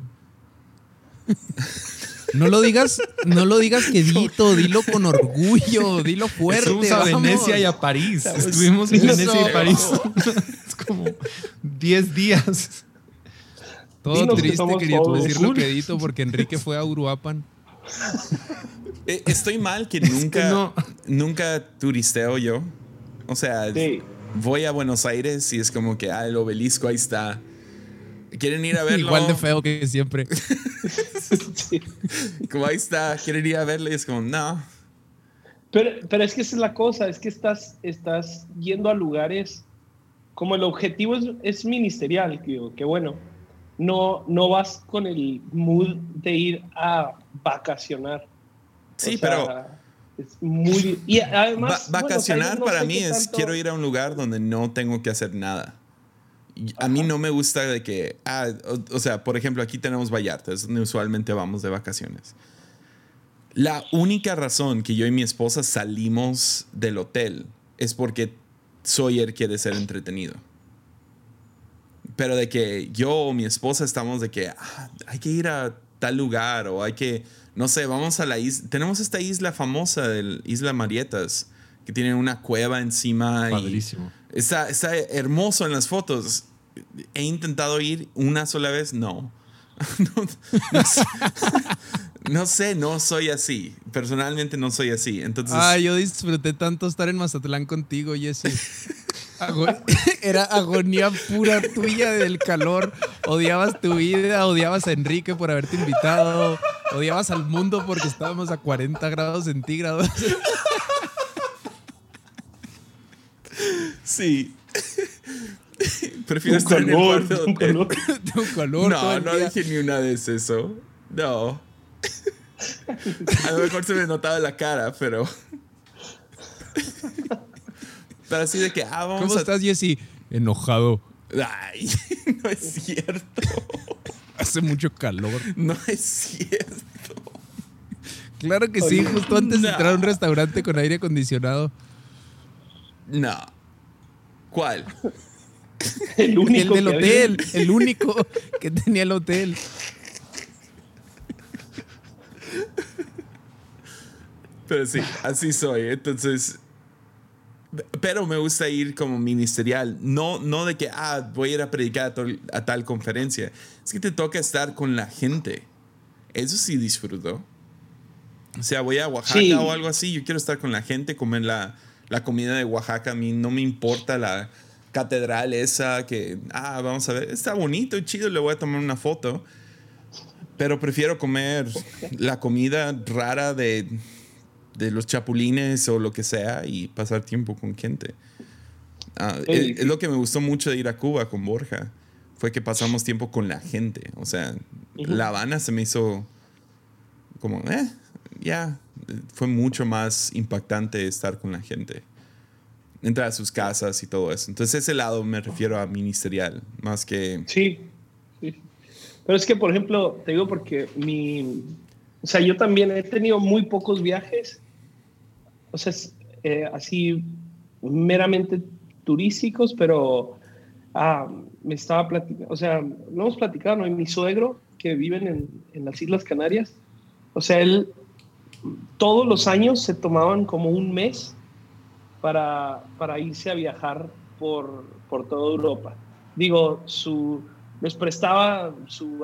No lo digas quedito, dilo con orgullo, dilo fuerte. Estuvimos a Venecia y a París. Estuvimos en Venecia y París. Es como 10 días. Todo Dinos triste, quería pobres. decirlo quedito porque Enrique fue a Uruapan. Estoy mal que nunca turisteo yo. O sea, sí. Voy a Buenos Aires y es como que, el obelisco ahí está. ¿Quieren ir a verlo? Igual de feo que siempre. Sí. Como ahí está, ¿quieren ir a verlo? Y es como, no. Pero es que esa es la cosa, es que estás yendo a lugares, como el objetivo es ministerial, que bueno, no vas con el mood de ir a vacacionar. Sí, pero es muy... Y además... vacacionar no para mí es, quiero ir a un lugar donde no tengo que hacer nada. A mí no me gusta de que, o sea, por ejemplo, aquí tenemos Vallarta, es donde usualmente vamos de vacaciones. La única razón que yo y mi esposa salimos del hotel es porque Sawyer quiere ser entretenido. Pero de que yo o mi esposa estamos de que hay que ir a tal lugar o hay que, no sé, vamos a la isla. Tenemos esta isla famosa, Isla Marietas, que tiene una cueva encima. Padrísimo. Y está hermoso en las fotos. He intentado ir una sola vez, no. No sé, no soy así. Personalmente no soy así. Entonces... yo disfruté tanto estar en Mazatlán contigo, Jesse. Era agonía pura tuya del calor. Odiabas tu vida, odiabas a Enrique por haberte invitado, odiabas al mundo porque estábamos a 40 grados centígrados. Sí. Prefiero estar en el cuarto. Un calor. No dije ni una vez eso. No. A lo mejor se me notaba la cara, pero así de que vamos. ¿Cómo estás, Jesse? Enojado. Ay, no es cierto. Hace mucho calor. No es cierto. Claro que sí, justo antes de entrar a un restaurante con aire acondicionado. No. ¿Cuál? El único. El del hotel. El único que tenía el hotel. Pero sí, así soy. Entonces, pero me gusta ir como ministerial. No de que, voy a ir a predicar a tal conferencia. Es que te toca estar con la gente. Eso sí disfruto. O sea, voy a Oaxaca o algo así. Yo quiero estar con la gente, comer la comida de Oaxaca. A mí no me importa la catedral esa que, vamos a ver. Está bonito y chido, le voy a tomar una foto. Pero prefiero comer la comida rara de los chapulines o lo que sea y pasar tiempo con gente. Es lo que me gustó mucho de ir a Cuba con Borja. Fue que pasamos tiempo con la gente. O sea, La Habana se me hizo como, fue mucho más impactante estar con la gente. Entrar a sus casas y todo eso. Entonces, ese lado me refiero a ministerial, más que... Sí. Pero es que, por ejemplo, te digo porque o sea, yo también he tenido muy pocos viajes, o sea, así meramente turísticos, pero me estaba platicando, o sea, lo hemos platicado, ¿no? Y mi suegro, que vive en las Islas Canarias, o sea, él todos los años se tomaban como un mes para irse a viajar por toda Europa. Digo, les prestaba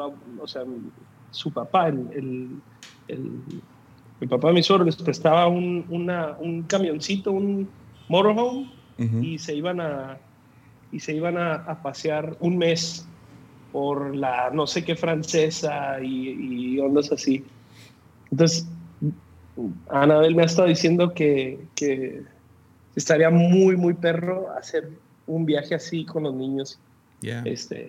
su papá, el papá de mi suegro les prestaba un camioncito, un motorhome, y se iban a pasear un mes por la no sé qué francesa y ondas así. Entonces, Anabel me ha estado diciendo que estaría muy, muy perro hacer un viaje así con los niños. Yeah.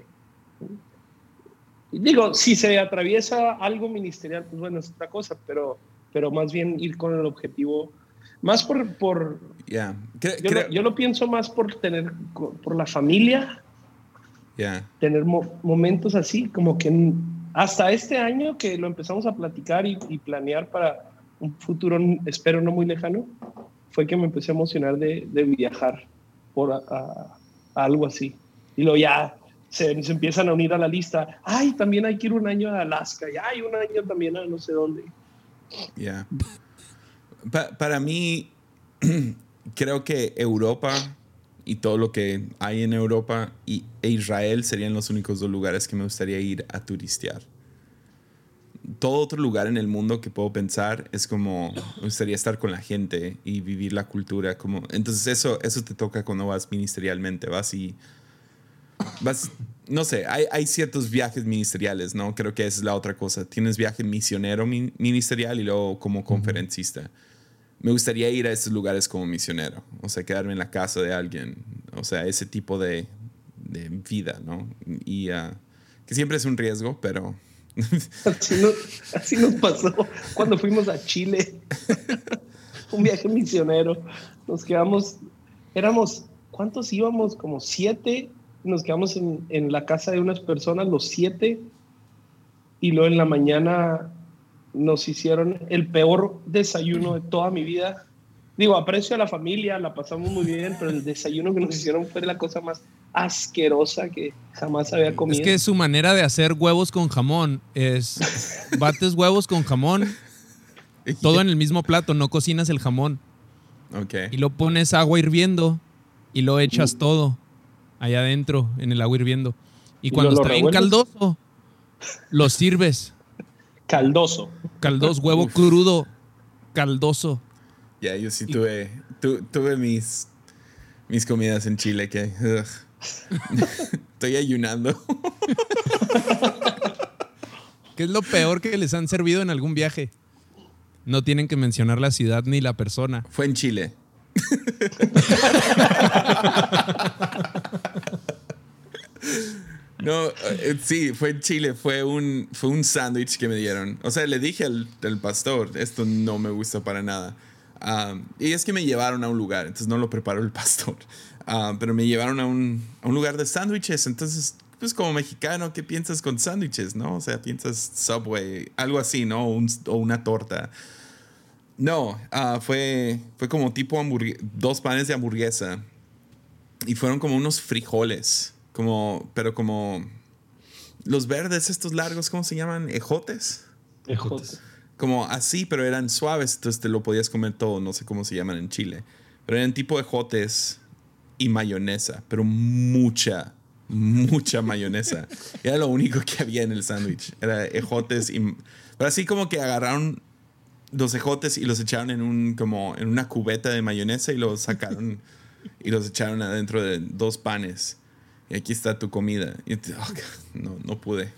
Digo, si se atraviesa algo ministerial, pues bueno, es otra cosa, pero más bien ir con el objetivo, más por yeah. Yo lo pienso más por la familia, tener momentos así, como que hasta este año que lo empezamos a platicar y planear para un futuro, espero no muy lejano, fue que me empecé a emocionar de viajar por a algo así. Y luego ya se empiezan a unir a la lista. Ay, también hay que ir un año a Alaska. Y hay un año también a no sé dónde. Yeah. Para mí, creo que Europa y todo lo que hay en Europa e Israel serían los únicos dos lugares que me gustaría ir a turistear. todo otro lugar en el mundo que puedo pensar es como me gustaría estar con la gente y vivir la cultura. Como, entonces eso te toca cuando vas ministerialmente. Vas, no sé, hay ciertos viajes ministeriales, ¿no? Creo que esa es la otra cosa. Tienes viaje misionero ministerial y luego como conferencista. Me gustaría ir a esos lugares como misionero. O sea, quedarme en la casa de alguien. O sea, ese tipo de vida, ¿no? Y que siempre es un riesgo, pero... Así nos pasó cuando fuimos a Chile. Un viaje misionero. Nos quedamos... ¿Cuántos íbamos? Como 7. Nos quedamos en la casa de unas personas, los 7. Y luego en la mañana nos hicieron el peor desayuno de toda mi vida. Digo, aprecio a la familia, la pasamos muy bien, pero el desayuno que nos hicieron fue la cosa más asquerosa que jamás había comido. Es que su manera de hacer huevos con jamón es bates huevos con jamón, todo en el mismo plato, no cocinas el jamón. Okay. Y lo pones agua hirviendo y lo echas todo allá adentro en el agua hirviendo. Y cuando está bien caldoso, lo sirves. Caldoso, huevo crudo, caldoso. Ya, yo sí tuve mis comidas en Chile que estoy ayunando. ¿Qué es lo peor que les han servido en algún viaje? No tienen que mencionar la ciudad ni la persona. Fue en Chile. No, sí, fue en Chile. Fue un sándwich que me dieron. O sea, le dije al pastor, esto no me gusta para nada. Y es que me llevaron a un lugar, entonces no lo preparó el pastor. Pero me llevaron a un lugar de sándwiches. Entonces, pues como mexicano, ¿qué piensas con sándwiches, no? O sea, piensas Subway, algo así, ¿no? O una torta. No, fue como tipo 2 panes de hamburguesa. Y fueron como unos frijoles. Pero como los verdes estos largos, ¿cómo se llaman? ¿Ejotes? Ejotes. Como así, pero eran suaves, entonces te lo podías comer todo. No sé cómo se llaman en Chile. Pero eran tipo ejotes y mayonesa, pero mucha mayonesa. Era lo único que había en el sándwich. Era ejotes pero así como que agarraron los ejotes y los echaron en una cubeta de mayonesa y los sacaron y los echaron adentro de 2 panes. Y aquí está tu comida. Y no pude.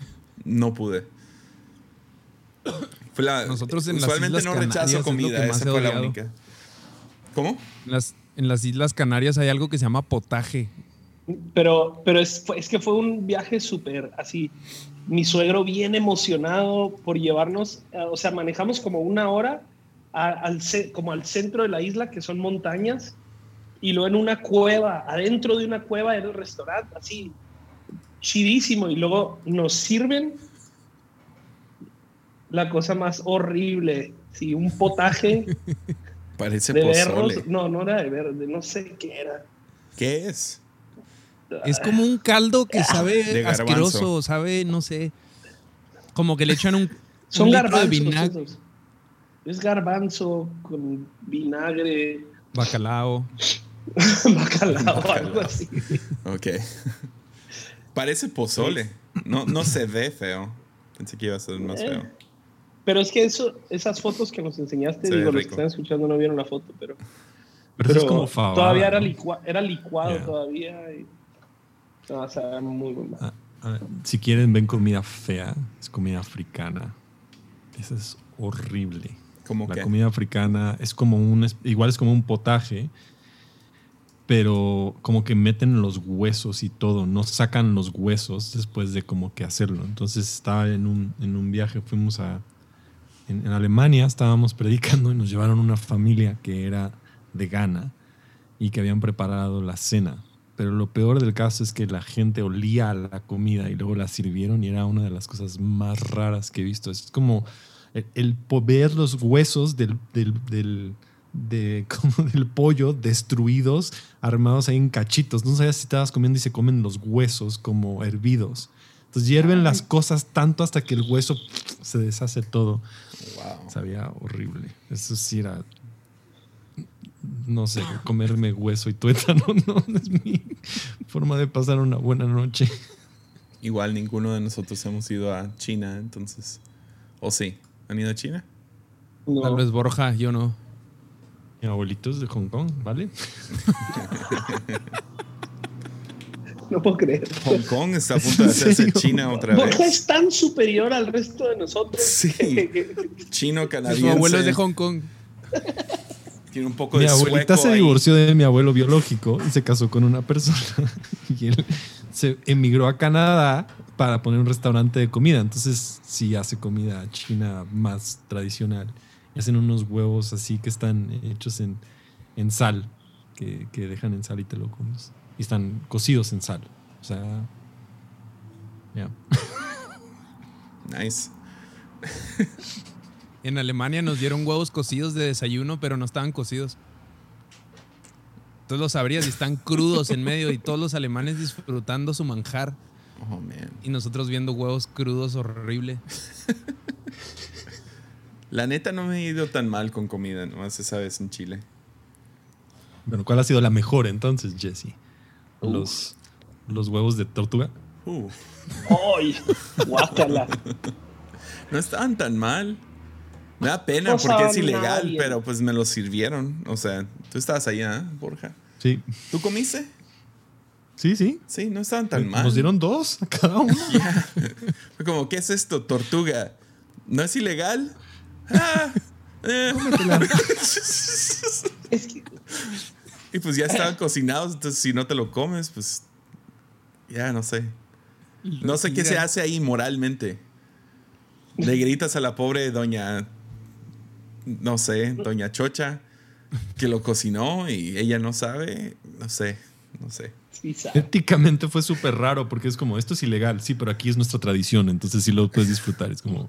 Nosotros en usualmente las Islas no Canarias rechazo comida. Esa fue la única. ¿Cómo? En las Islas Canarias hay algo que se llama potaje. Pero es que fue un viaje súper así. Mi suegro bien emocionado por llevarnos. O sea, manejamos como 1 hora como al centro de la isla, que son montañas. Y luego en una cueva, adentro de una cueva era el restaurante, así, chidísimo. Y luego nos sirven la cosa más horrible. Sí, un potaje. Parece de pozole. berros. No era de verde, no sé qué era. ¿Qué es? Es como un caldo que sabe asqueroso, sabe, no sé. Como que le echan un litro de vinagre. Es garbanzo con vinagre. Bacalao, algo así. Ok. Parece pozole. No se ve feo. Pensé que iba a ser más feo. Pero es que esas fotos que nos enseñaste, se digo, los rico. que están escuchando no vieron la foto, pero es como fabada, todavía era, ¿no? era licuado todavía. Y, o sea, muy mal. Si quieren, ven comida fea. Es comida africana. Esa es horrible. ¿Cómo la qué? comida africana es como igual es como un potaje, pero como que meten los huesos y todo, no sacan los huesos después de como que hacerlo. Entonces estaba en un viaje, fuimos en Alemania, estábamos predicando y nos llevaron una familia que era de Ghana y que habían preparado la cena. Pero lo peor del caso es que la gente olía a la comida y luego la sirvieron y era una de las cosas más raras que he visto. Es como el ver los huesos del pollo destruidos, armados ahí en cachitos. No sabías si estabas comiendo y se comen los huesos como hervidos. Entonces hierven las cosas tanto hasta que el hueso se deshace todo. Wow. Sabía horrible. Eso sí era... No sé, comerme hueso y tuétano no es mi forma de pasar una buena noche. Igual ninguno de nosotros hemos ido a China, entonces... ¿O sí? ¿Han ido a China? No. Tal vez Borja, yo no. Mi abuelito es de Hong Kong, ¿vale? No puedo creer. Hong Kong está a punto de hacerse China otra vez. Borja es tan superior al resto de nosotros. Sí. Chino, canadiense. Su abuelo es de Hong Kong. Tiene un poco Mi de abuelita sueco se ahí. divorció de mi abuelo biológico y se casó con una persona. Y él se emigró a Canadá para poner un restaurante de comida. Entonces sí hace comida china más tradicional. Y hacen unos huevos así que están hechos en sal, que dejan en sal y te lo comes. Y están cocidos en sal. O sea, ya. Nice. En Alemania nos dieron huevos cocidos de desayuno, pero no estaban cocidos. Entonces los abrías y están crudos en medio y todos los alemanes disfrutando su manjar. Oh, man. Y nosotros viendo huevos crudos, horrible. La neta no me he ido tan mal con comida, nomás esa vez en Chile. Bueno, ¿cuál ha sido la mejor entonces, Jesse? Los huevos de tortuga. ¡Ay! Guácala. No estaban tan mal. Me da pena No porque es saben ilegal, nada bien. pero pues me lo sirvieron. O sea, tú estabas allá, Borja. Sí. ¿Tú comiste? Sí, sí. Sí, no estaban tan mal. Nos dieron 2 a cada uno. Ya. Fue como, ¿qué es esto? Tortuga. ¿No es ilegal? Es que Y pues ya estaban cocinados, entonces si no te lo comes, pues ya no sé. No sé qué se hace ahí moralmente. Le gritas a la pobre doña, no sé, doña Chocha, que lo cocinó y ella no sabe. No sé. sí sabe. Éticamente fue súper raro porque es como, esto es ilegal, sí, pero aquí es nuestra tradición, entonces sí lo puedes disfrutar. Es como,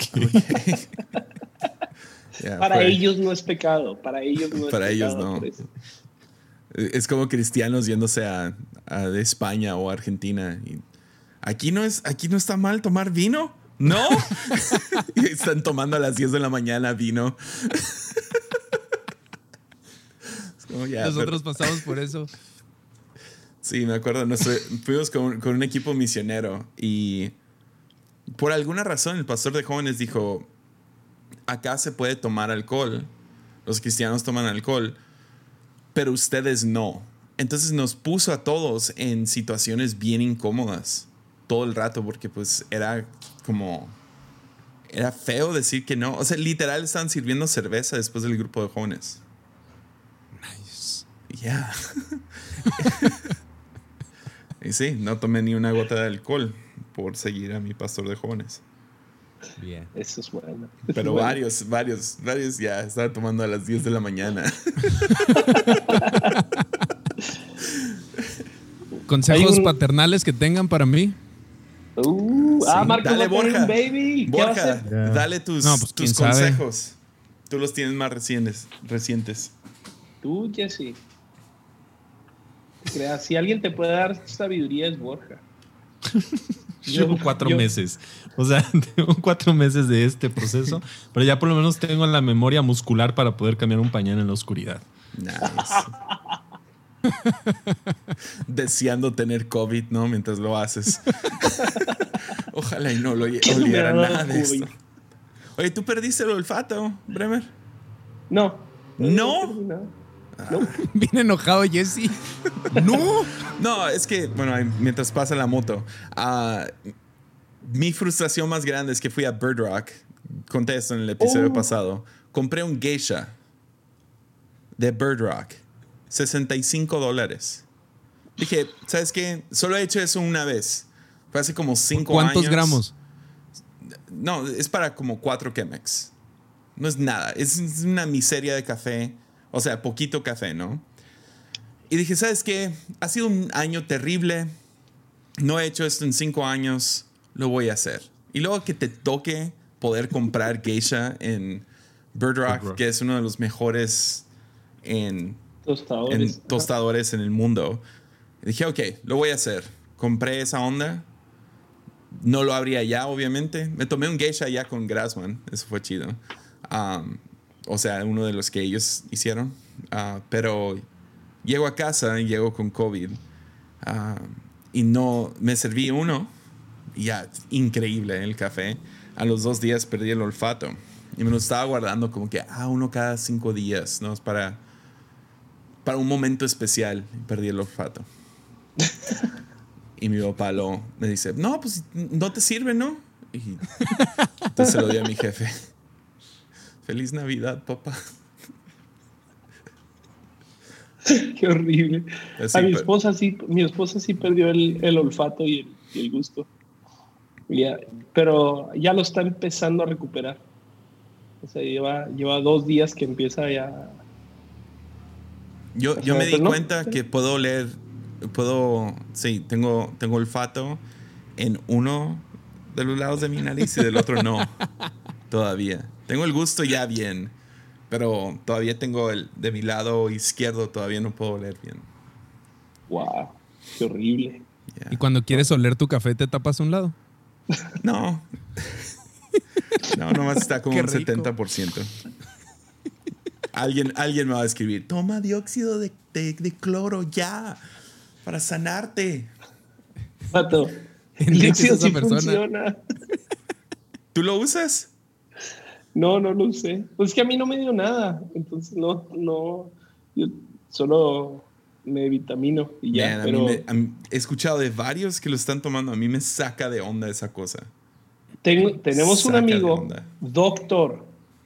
Ya, Para fue. ellos no es pecado. Para ellos no es Para ellos pecado, no. por eso. Es como cristianos yéndose a España o Argentina. Y aquí no está mal tomar vino. ¿No? Y están tomando a las 10 de la mañana vino. Es como, ya, Nosotros pasamos por eso. Sí, me acuerdo. Fuimos con un equipo misionero y por alguna razón el pastor de jóvenes dijo, acá se puede tomar alcohol. Los cristianos toman alcohol, pero ustedes no. Entonces nos puso a todos en situaciones bien incómodas todo el rato porque pues era feo decir que no. O sea, literal estaban sirviendo cerveza después del grupo de jóvenes. Nice. Ya. Y sí, no tomé ni una gota de alcohol por seguir a mi pastor de jóvenes. Bien. Eso es bueno. Pero bueno. varios ya estaban tomando a las 10 de la mañana. ¿Consejos paternales que tengan para mí? Marco, Dale, va a tener Borja. un baby. ¿Qué va a Borja, hacer? dale tus ¿quién sabe? consejos. Tú los tienes más recientes. Tú, Jesse. Te creas, si alguien te puede dar sabiduría es Borja. llevo 4 meses. O sea, tengo 4 meses de este proceso, pero ya por lo menos tengo la memoria muscular para poder cambiar un pañal en la oscuridad. Nice. Deseando tener COVID, ¿no? Mientras lo haces. Ojalá y no lo oliera nada de esto. Oye, ¿tú perdiste el olfato, Bremer? No. ¿No? No. Bien enojado, Jesse. ¡No! No, es que, bueno, mientras pasa la moto, mi frustración más grande es que fui a Bird Rock. Conté esto en el episodio pasado. Compré un geisha de Bird Rock. $65. Dije, ¿sabes qué? Solo he hecho eso una vez. Fue hace como 5 años. ¿Cuántos gramos? No, es para como 4 Chemex. No es nada. Es una miseria de café. O sea, poquito café, ¿no? Y dije, ¿sabes qué? Ha sido un año terrible. No he hecho esto en 5 años. Lo voy a hacer. Y luego que te toque poder comprar geisha en Bird Rock, que es uno de los mejores en tostadores en el mundo. Y dije, ok, lo voy a hacer. Compré esa onda. No lo abría ya, obviamente. Me tomé un geisha ya con Grassman. Eso fue chido. O sea, uno de los que ellos hicieron. Pero llego a casa y llego con COVID. Y no me serví uno. Y ya, increíble el café. a los 2 días perdí el olfato. Y me lo estaba guardando como que, uno cada 5 días, ¿no? Es para un momento especial. Perdí el olfato. Y mi papá me dice, no, pues no te sirve, ¿no? Y entonces se lo di a mi jefe. Feliz Navidad, papá. Qué horrible. Sí, a mi esposa sí perdió el olfato y el gusto. Pero ya lo está empezando a recuperar. O sea, lleva 2 días que empieza ya. Yo me di cuenta que puedo oler, sí, tengo olfato en uno de los lados de mi nariz y del otro no. Todavía. Tengo el gusto ya bien, pero todavía tengo de mi lado izquierdo, todavía no puedo oler bien. Wow, qué horrible. Yeah. ¿Y cuando quieres oler tu café te tapas un lado? No. No, nomás está como un 70%. Alguien me va a escribir, toma dióxido de cloro ya, para sanarte. Pato, el dióxido sí funciona. ¿Tú lo usas? No lo usé. Pues es que a mí no me dio nada. Entonces no. Yo solo me vitamino y ya. Man, pero he escuchado de varios que lo están tomando. A mí me saca de onda esa cosa. Tenemos un amigo, doctor,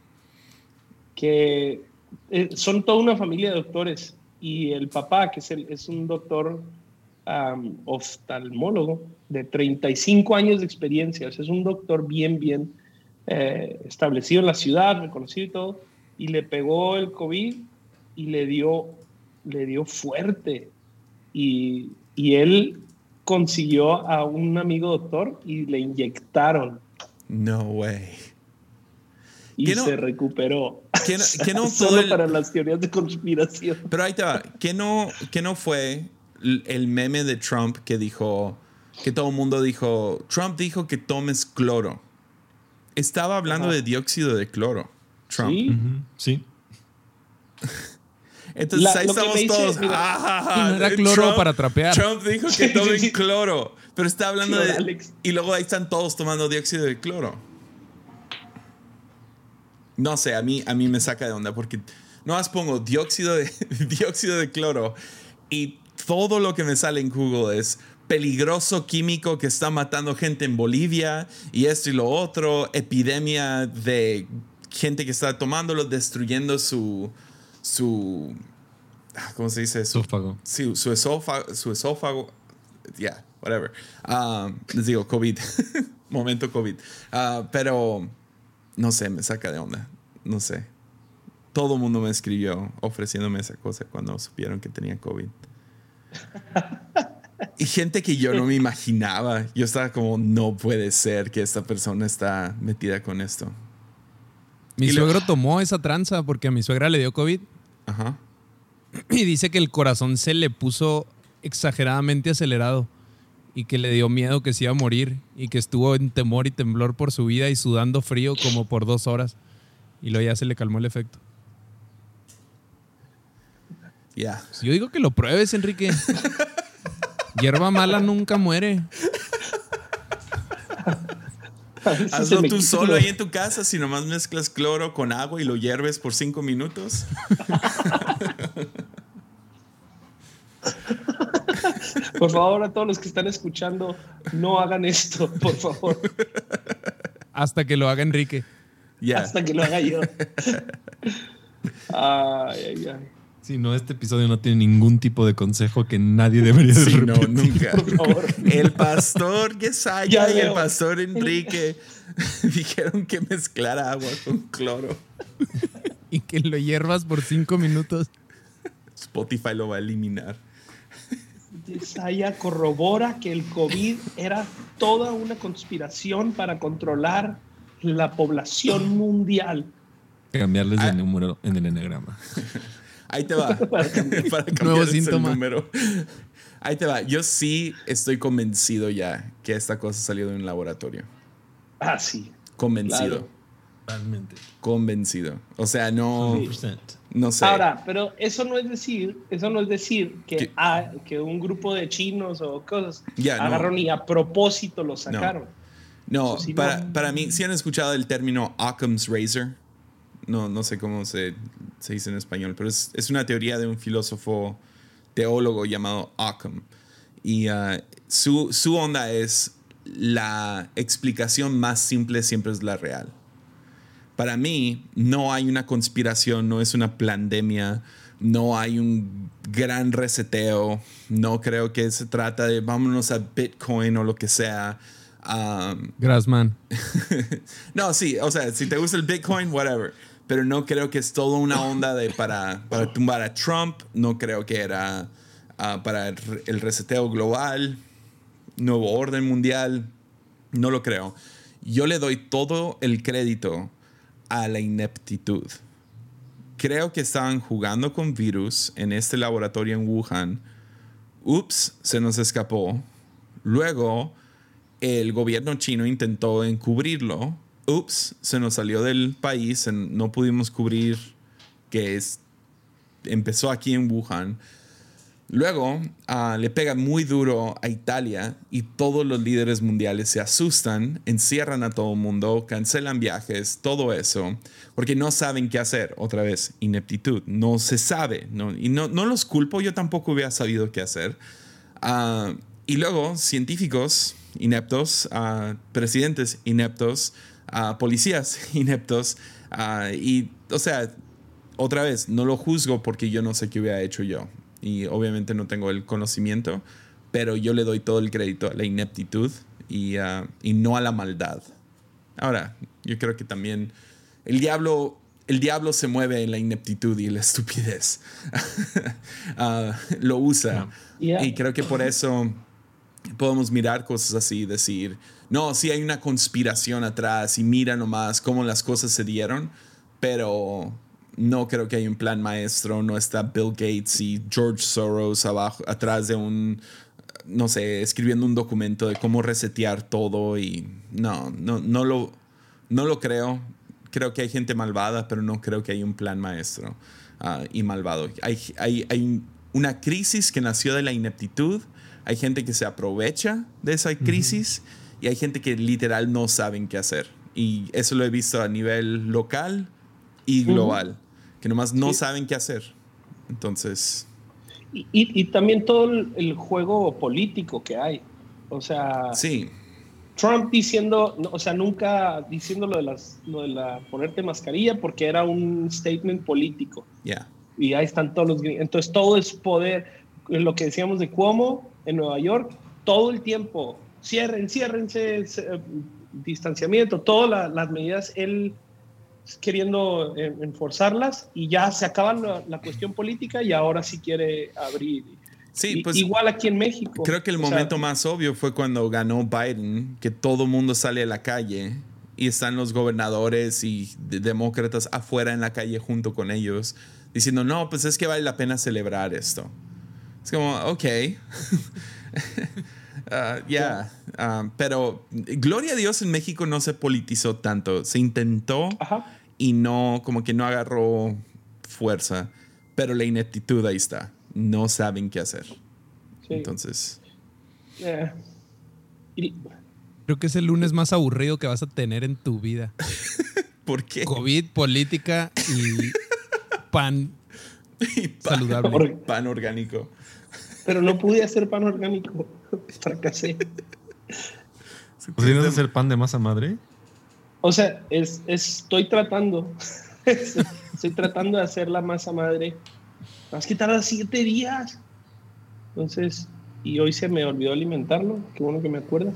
que son toda una familia de doctores. Y el papá, que es un doctor oftalmólogo de 35 años de experiencia. O sea, es un doctor bien establecido en la ciudad, reconocido y todo. Y le pegó el COVID y le dio fuerte. Y él consiguió a un amigo doctor y le inyectaron. No way. Y se recuperó. ¿Qué no Solo para las teorías de conspiración. Pero ahí te va. ¿Qué no fue el meme de Trump que dijo, que todo el mundo dijo, Trump dijo que tomes cloro? Estaba hablando de dióxido de cloro. Trump. Sí. Sí. Entonces ahí estamos todos. Y no era cloro Trump, para trapear. Trump dijo que tomen cloro. Pero está hablando de. Alex. Y luego ahí están todos tomando dióxido de cloro. No sé, a mí me saca de onda porque no más pongo dióxido de cloro y todo lo que me sale en Google es peligroso químico que está matando gente en Bolivia y esto y lo otro, epidemia de gente que está tomándolo, destruyendo su ¿cómo se dice eso? Esófago. Sí, su esófago. Yeah, whatever. Les digo, COVID. Momento COVID. Pero no sé, me saca de onda. No sé. Todo el mundo me escribió ofreciéndome esa cosa cuando supieron que tenía COVID. Y gente que yo no me imaginaba. Yo estaba como, no puede ser que esta persona está metida con esto. Mi suegro tomó esa tranza porque a mi suegra le dio COVID. Ajá. Y dice que el corazón se le puso exageradamente acelerado y que le dio miedo que se iba a morir y que estuvo en temor y temblor por su vida y sudando frío como por 2 horas. Y luego ya se le calmó el efecto. Ya. Yeah. Pues yo digo que lo pruebes, Enrique. Hierba mala nunca muere. Hazlo tú solo ahí en tu casa, si nomás mezclas cloro con agua y lo hierves por 5 minutos. Por favor, a todos los que están escuchando, no hagan esto, por favor. Hasta que lo haga Enrique. Yeah. Hasta que lo haga yo. Ay. Sí, no, este episodio no tiene ningún tipo de consejo que nadie debería de repetir. No, nunca. Por favor. El pastor Yesaya y el pastor Enrique dijeron que mezclara agua con cloro. Y que lo hiervas por 5 minutos. Spotify lo va a eliminar. Yesaya corrobora que el COVID era toda una conspiración para controlar la población mundial. Cambiarles de número en el enagrama. Ahí te va. Para cambiar el número. Ahí te va. Yo sí estoy convencido ya que esta cosa salió de un laboratorio. Sí. Convencido. Realmente. Convencido. O sea, no. 100%. No sé. Ahora, pero eso no es decir que un grupo de chinos o cosas agarraron y a propósito lo sacaron. No, para mí, ¿sí han escuchado el término Occam's Razor? No sé cómo se dice en español, pero es una teoría de un filósofo teólogo llamado Occam. Y su onda es la explicación más simple siempre es la real. Para mí, no hay una conspiración, no es una pandemia, no hay un gran reseteo, no creo que se trata de vámonos a Bitcoin o lo que sea. Grassman. No, sí, o sea, si te gusta el Bitcoin, whatever. Pero no creo que es toda una onda para tumbar a Trump. No creo que era para el reseteo global, nuevo orden mundial. No lo creo. Yo le doy todo el crédito a la ineptitud. Creo que estaban jugando con virus en este laboratorio en Wuhan. Ups, se nos escapó. Luego, el gobierno chino intentó encubrirlo. Ups, se nos salió del país. No pudimos cubrir que empezó aquí en Wuhan. Luego, le pega muy duro a Italia y todos los líderes mundiales se asustan, encierran a todo el mundo, cancelan viajes, todo eso, porque no saben qué hacer. Otra vez, ineptitud. No se sabe. Y no los culpo, yo tampoco hubiera sabido qué hacer. Y luego, científicos ineptos, presidentes ineptos, policías ineptos. Y, o sea, otra vez, no lo juzgo porque yo no sé qué hubiera hecho yo. Y obviamente no tengo el conocimiento, pero yo le doy todo el crédito a la ineptitud y no a la maldad. Ahora, yo creo que también el diablo se mueve en la ineptitud y la estupidez. Lo usa. Yeah. Y creo que por eso podemos mirar cosas así y decir, no, sí hay una conspiración atrás y mira nomás cómo las cosas se dieron, pero no creo que hay un plan maestro. No está Bill Gates y George Soros atrás de no sé, escribiendo un documento de cómo resetear todo. Y no lo creo. Creo que hay gente malvada, pero no creo que hay un plan maestro y malvado. Hay una crisis que nació de la ineptitud. Hay gente que se aprovecha de esa crisis y hay gente que literal no saben qué hacer. Y eso lo he visto a nivel local y global, que nomás no saben qué hacer. Entonces... Y también todo el juego político que hay. O sea... Sí. Trump diciendo, o sea, nunca diciendo lo de la ponerte mascarilla porque era un statement político. Yeah. Y ahí están todos los... Entonces todo es poder. Lo que decíamos de Cuomo en Nueva York, todo el tiempo, ciérrense, distanciamiento, todas las medidas, él queriendo enforzarlas y ya se acaba la cuestión política y ahora sí quiere abrir. Sí, pues, igual aquí en México. Creo que el momento más obvio fue cuando ganó Biden, que todo el mundo sale a la calle y están los gobernadores y demócratas afuera en la calle junto con ellos, diciendo, no, pues es que vale la pena celebrar esto. Es como, ok. Pero gloria a Dios en México no se politizó tanto. Se intentó y como que no agarró fuerza. Pero la ineptitud ahí está. No saben qué hacer. Sí. Entonces. Creo que es el lunes más aburrido que vas a tener en tu vida. ¿Por qué? COVID, política y pan saludable. Pan orgánico. Pero no pude hacer pan orgánico. Fracasé. ¿Podrías hacer pan de masa madre? O sea, estoy tratando. Estoy tratando de hacer la masa madre. Es que tarda 7 días. Entonces, y hoy se me olvidó alimentarlo. Qué bueno que me acuerdas.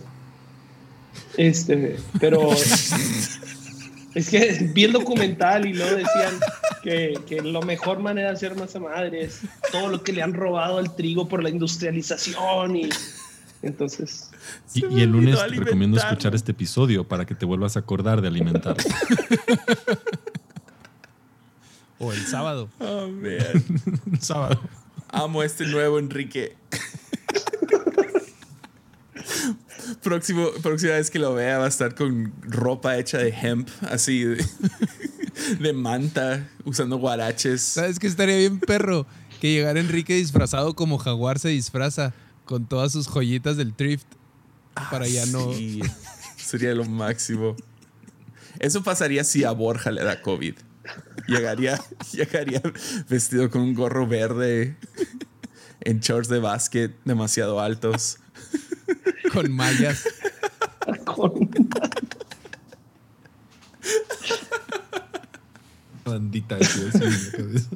Pero es que vi el documental y luego decían que la mejor manera de hacer masa madre es todo lo que le han robado al trigo por la industrialización y entonces... Y el lunes te recomiendo escuchar este episodio para que te vuelvas a acordar de alimentar. O el sábado. Oh, man. Sábado. Amo este nuevo Enrique. Próxima vez que lo vea va a estar con ropa hecha de hemp, así de manta, usando guaraches. ¿Sabes qué estaría bien, perro? Que llegara Enrique disfrazado como Jaguar se disfraza, con todas sus joyitas del thrift, para ya no... Sería lo máximo. Eso pasaría si a Borja le da COVID. Llegaría vestido con un gorro verde, en shorts de básquet demasiado altos. Con mallas. Bandita así en la cabeza.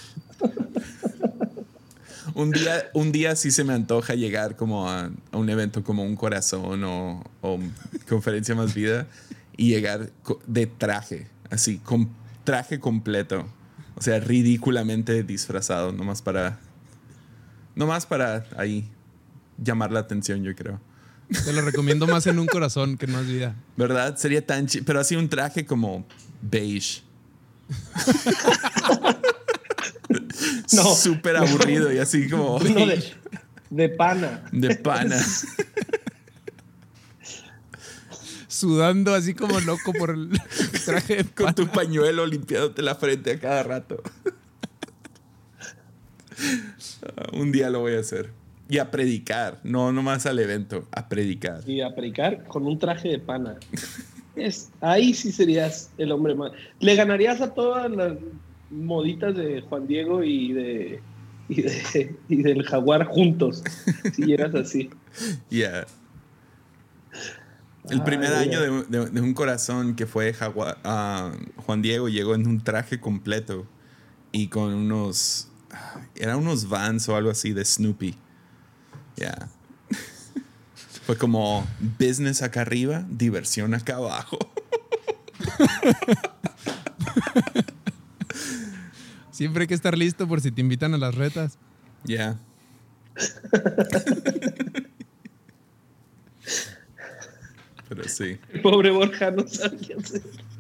Un día sí se me antoja llegar como a un evento como Un Corazón o Conferencia Más Vida y llegar de traje, así, con traje completo. O sea, ridículamente disfrazado, nomás para ahí llamar la atención, yo creo. Te lo recomiendo más en Un Corazón que en Más Vida. ¿Verdad? Sería tan chido. Pero así un traje como beige. No. Súper aburrido y así como... No, de pana. De pana. Sudando así como loco por el traje de pana. Con tu pañuelo limpiándote la frente a cada rato. Un día lo voy a hacer. Y a predicar. No nomás al evento. A predicar. Y a predicar con un traje de pana. Ahí sí serías el hombre más. Le ganarías a todas las moditas de Juan Diego y del Jaguar juntos. Si llegas así. Yeah. El primer año de Un Corazón que fue Juan Diego llegó en un traje completo y con unos Vans o algo así de Snoopy. Yeah. Fue como business acá arriba, diversión acá abajo. Siempre hay que estar listo por si te invitan a las retas. Ya. Pero sí. El pobre Borja no sabe qué hacer.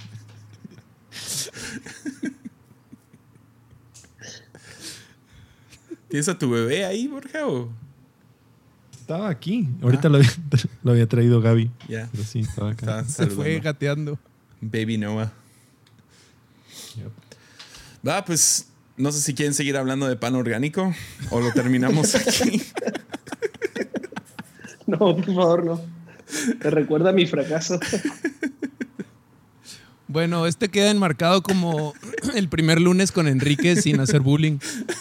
¿Tienes a tu bebé ahí, Borja? ¿O? Estaba aquí. Ahorita lo había traído Gaby. Ya. Pero sí, estaba acá. Se fue gateando. Baby Noah. Yep. Va, pues no sé si quieren seguir hablando de pan orgánico o lo terminamos aquí. No, por favor, no. Te recuerda mi fracaso. Bueno, queda enmarcado como el primer lunes con Enrique sin hacer bullying.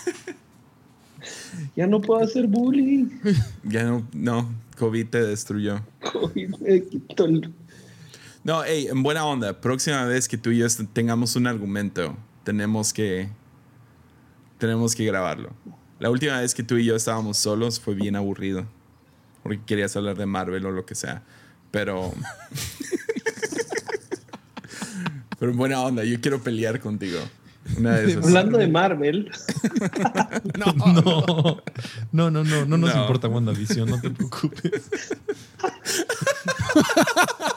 Ya no puedo hacer bullying. Ya no, COVID te destruyó. COVID me quitó el... No, hey, en buena onda, próxima vez que tú y yo tengamos un argumento, tenemos que grabarlo. La última vez que tú y yo estábamos solos fue bien aburrido, porque querías hablar de Marvel o lo que sea, pero en buena onda, yo quiero pelear contigo. Una de esas. Hablando de Marvel. No nos importa WandaVision, no te preocupes.